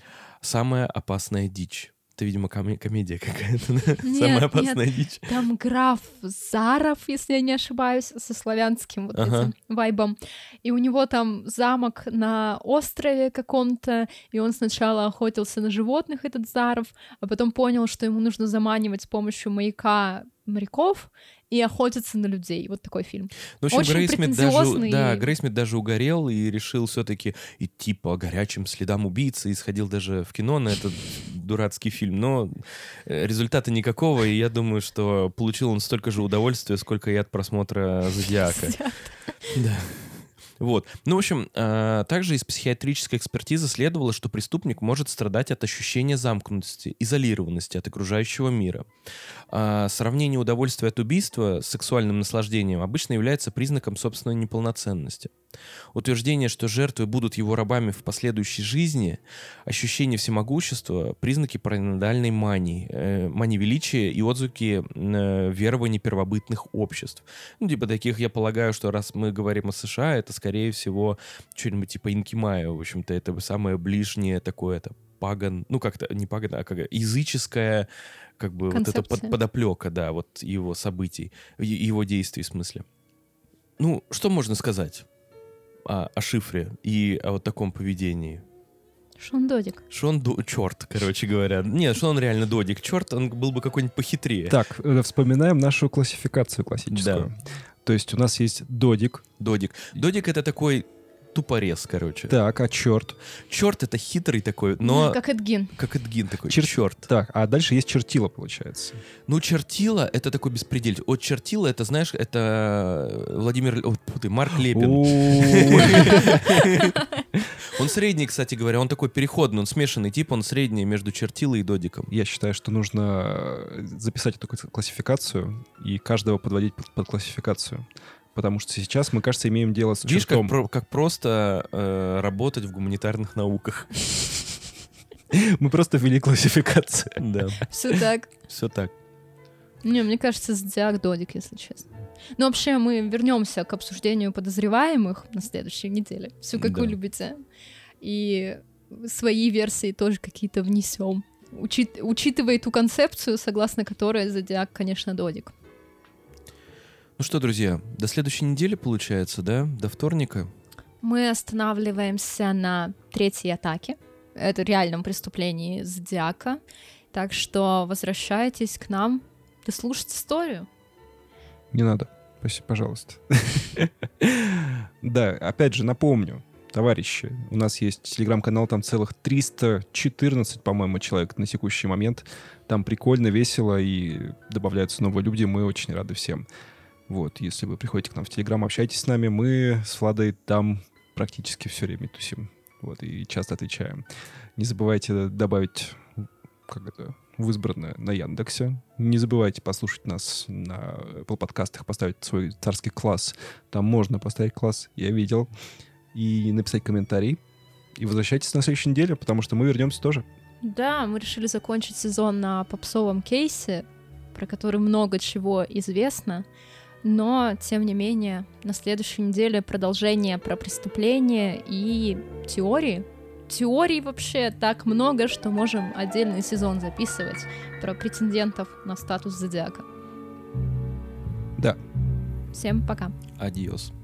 «Самая опасная дичь». Это, видимо, комедия какая-то, да? Самая опасная дичь. Там граф Заров, если я не ошибаюсь, со славянским вот этим вайбом. И у него там замок на острове каком-то, и он сначала охотился на животных, этот Заров, а потом понял, что ему нужно заманивать с помощью маяка моряков и охотиться на людей. Вот такой фильм. Ну, в общем, очень претенциозный. Грей Смит даже угорел и решил все-таки идти по горячим следам убийцы и сходил даже в кино на этот дурацкий фильм. Но результата никакого, и я думаю, что получил он столько же удовольствия, сколько и от просмотра «Зодиака». Да. Вот. Ну, в общем, также из психиатрической экспертизы следовало, что преступник может страдать от ощущения замкнутости, изолированности от окружающего мира. Сравнение удовольствия от убийства с сексуальным наслаждением обычно является признаком собственной неполноценности. Утверждение, что жертвы будут его рабами в последующей жизни, ощущение всемогущества, признаки параноидальной мании, мании величия и отзвуки верований первобытных обществ. Ну, типа таких, я полагаю, что раз мы говорим о США, это, скорее всего, что-нибудь типа Инки Майя, в общем-то, это самое ближнее такое-то. паган, ну как-то не паган, а как языческая как бы вот эта подоплека, да, вот его событий, его действий в смысле. Ну, что можно сказать о шифре и о вот таком поведении? Что он додик. Что он черт, короче говоря. Нет, что он реально додик. Черт, он был бы какой-нибудь похитрее. Так, вспоминаем нашу классификацию классическую. Да. То есть у нас есть додик. Додик. Додик — это такой тупорез, короче. Так, а черт? Черт — это хитрый такой, но... Как Эдгин. Как Эдгин такой, черт. Так, а дальше есть чертила, получается. Ну, чертила — это такой беспредельщик. Вот чертила — это, знаешь, это Марк Лепин. Он средний, кстати говоря, он такой переходный, он смешанный тип, он средний между чертилой и додиком. Я считаю, что нужно записать эту классификацию и каждого подводить под классификацию. Потому что сейчас мы, кажется, имеем дело с чертом. Видишь, как просто работать в гуманитарных науках. Мы просто ввели классификацию. Да. Все так. Все так. Не, мне кажется, зодиак додик, если честно. Но вообще мы вернемся к обсуждению подозреваемых на следующей неделе. Все как вы любите. И свои версии тоже какие-то внесем. Учитывая ту концепцию, согласно которой зодиак, конечно, додик. Ну что, друзья, до следующей недели, получается, да? До вторника? Мы останавливаемся на 3-й атаке. Это реальном преступлении зодиака. Так что возвращайтесь к нам дослушать историю. Не надо. Спасибо, пожалуйста. Да, опять же, напомню, товарищи, у нас есть телеграм-канал, там целых 314, по-моему, человек на текущий момент. Там прикольно, весело, и добавляются новые люди. Мы очень рады всем. Вот, если вы приходите к нам в Телеграм, общайтесь с нами, мы с Владой там практически все время тусим. Вот, и часто отвечаем. Не забывайте добавить в избранное на Яндексе. Не забывайте послушать нас на Apple подкастах, поставить свой царский класс. Там можно поставить класс, я видел. И написать комментарий. И возвращайтесь на следующей неделе, потому что мы вернемся тоже. Да, мы решили закончить сезон на попсовом кейсе, про который много чего известно. Но, тем не менее, на следующей неделе продолжение про преступления и теории. Теорий вообще так много, что можем отдельный сезон записывать про претендентов на статус зодиака. Да. Всем пока. Адиос.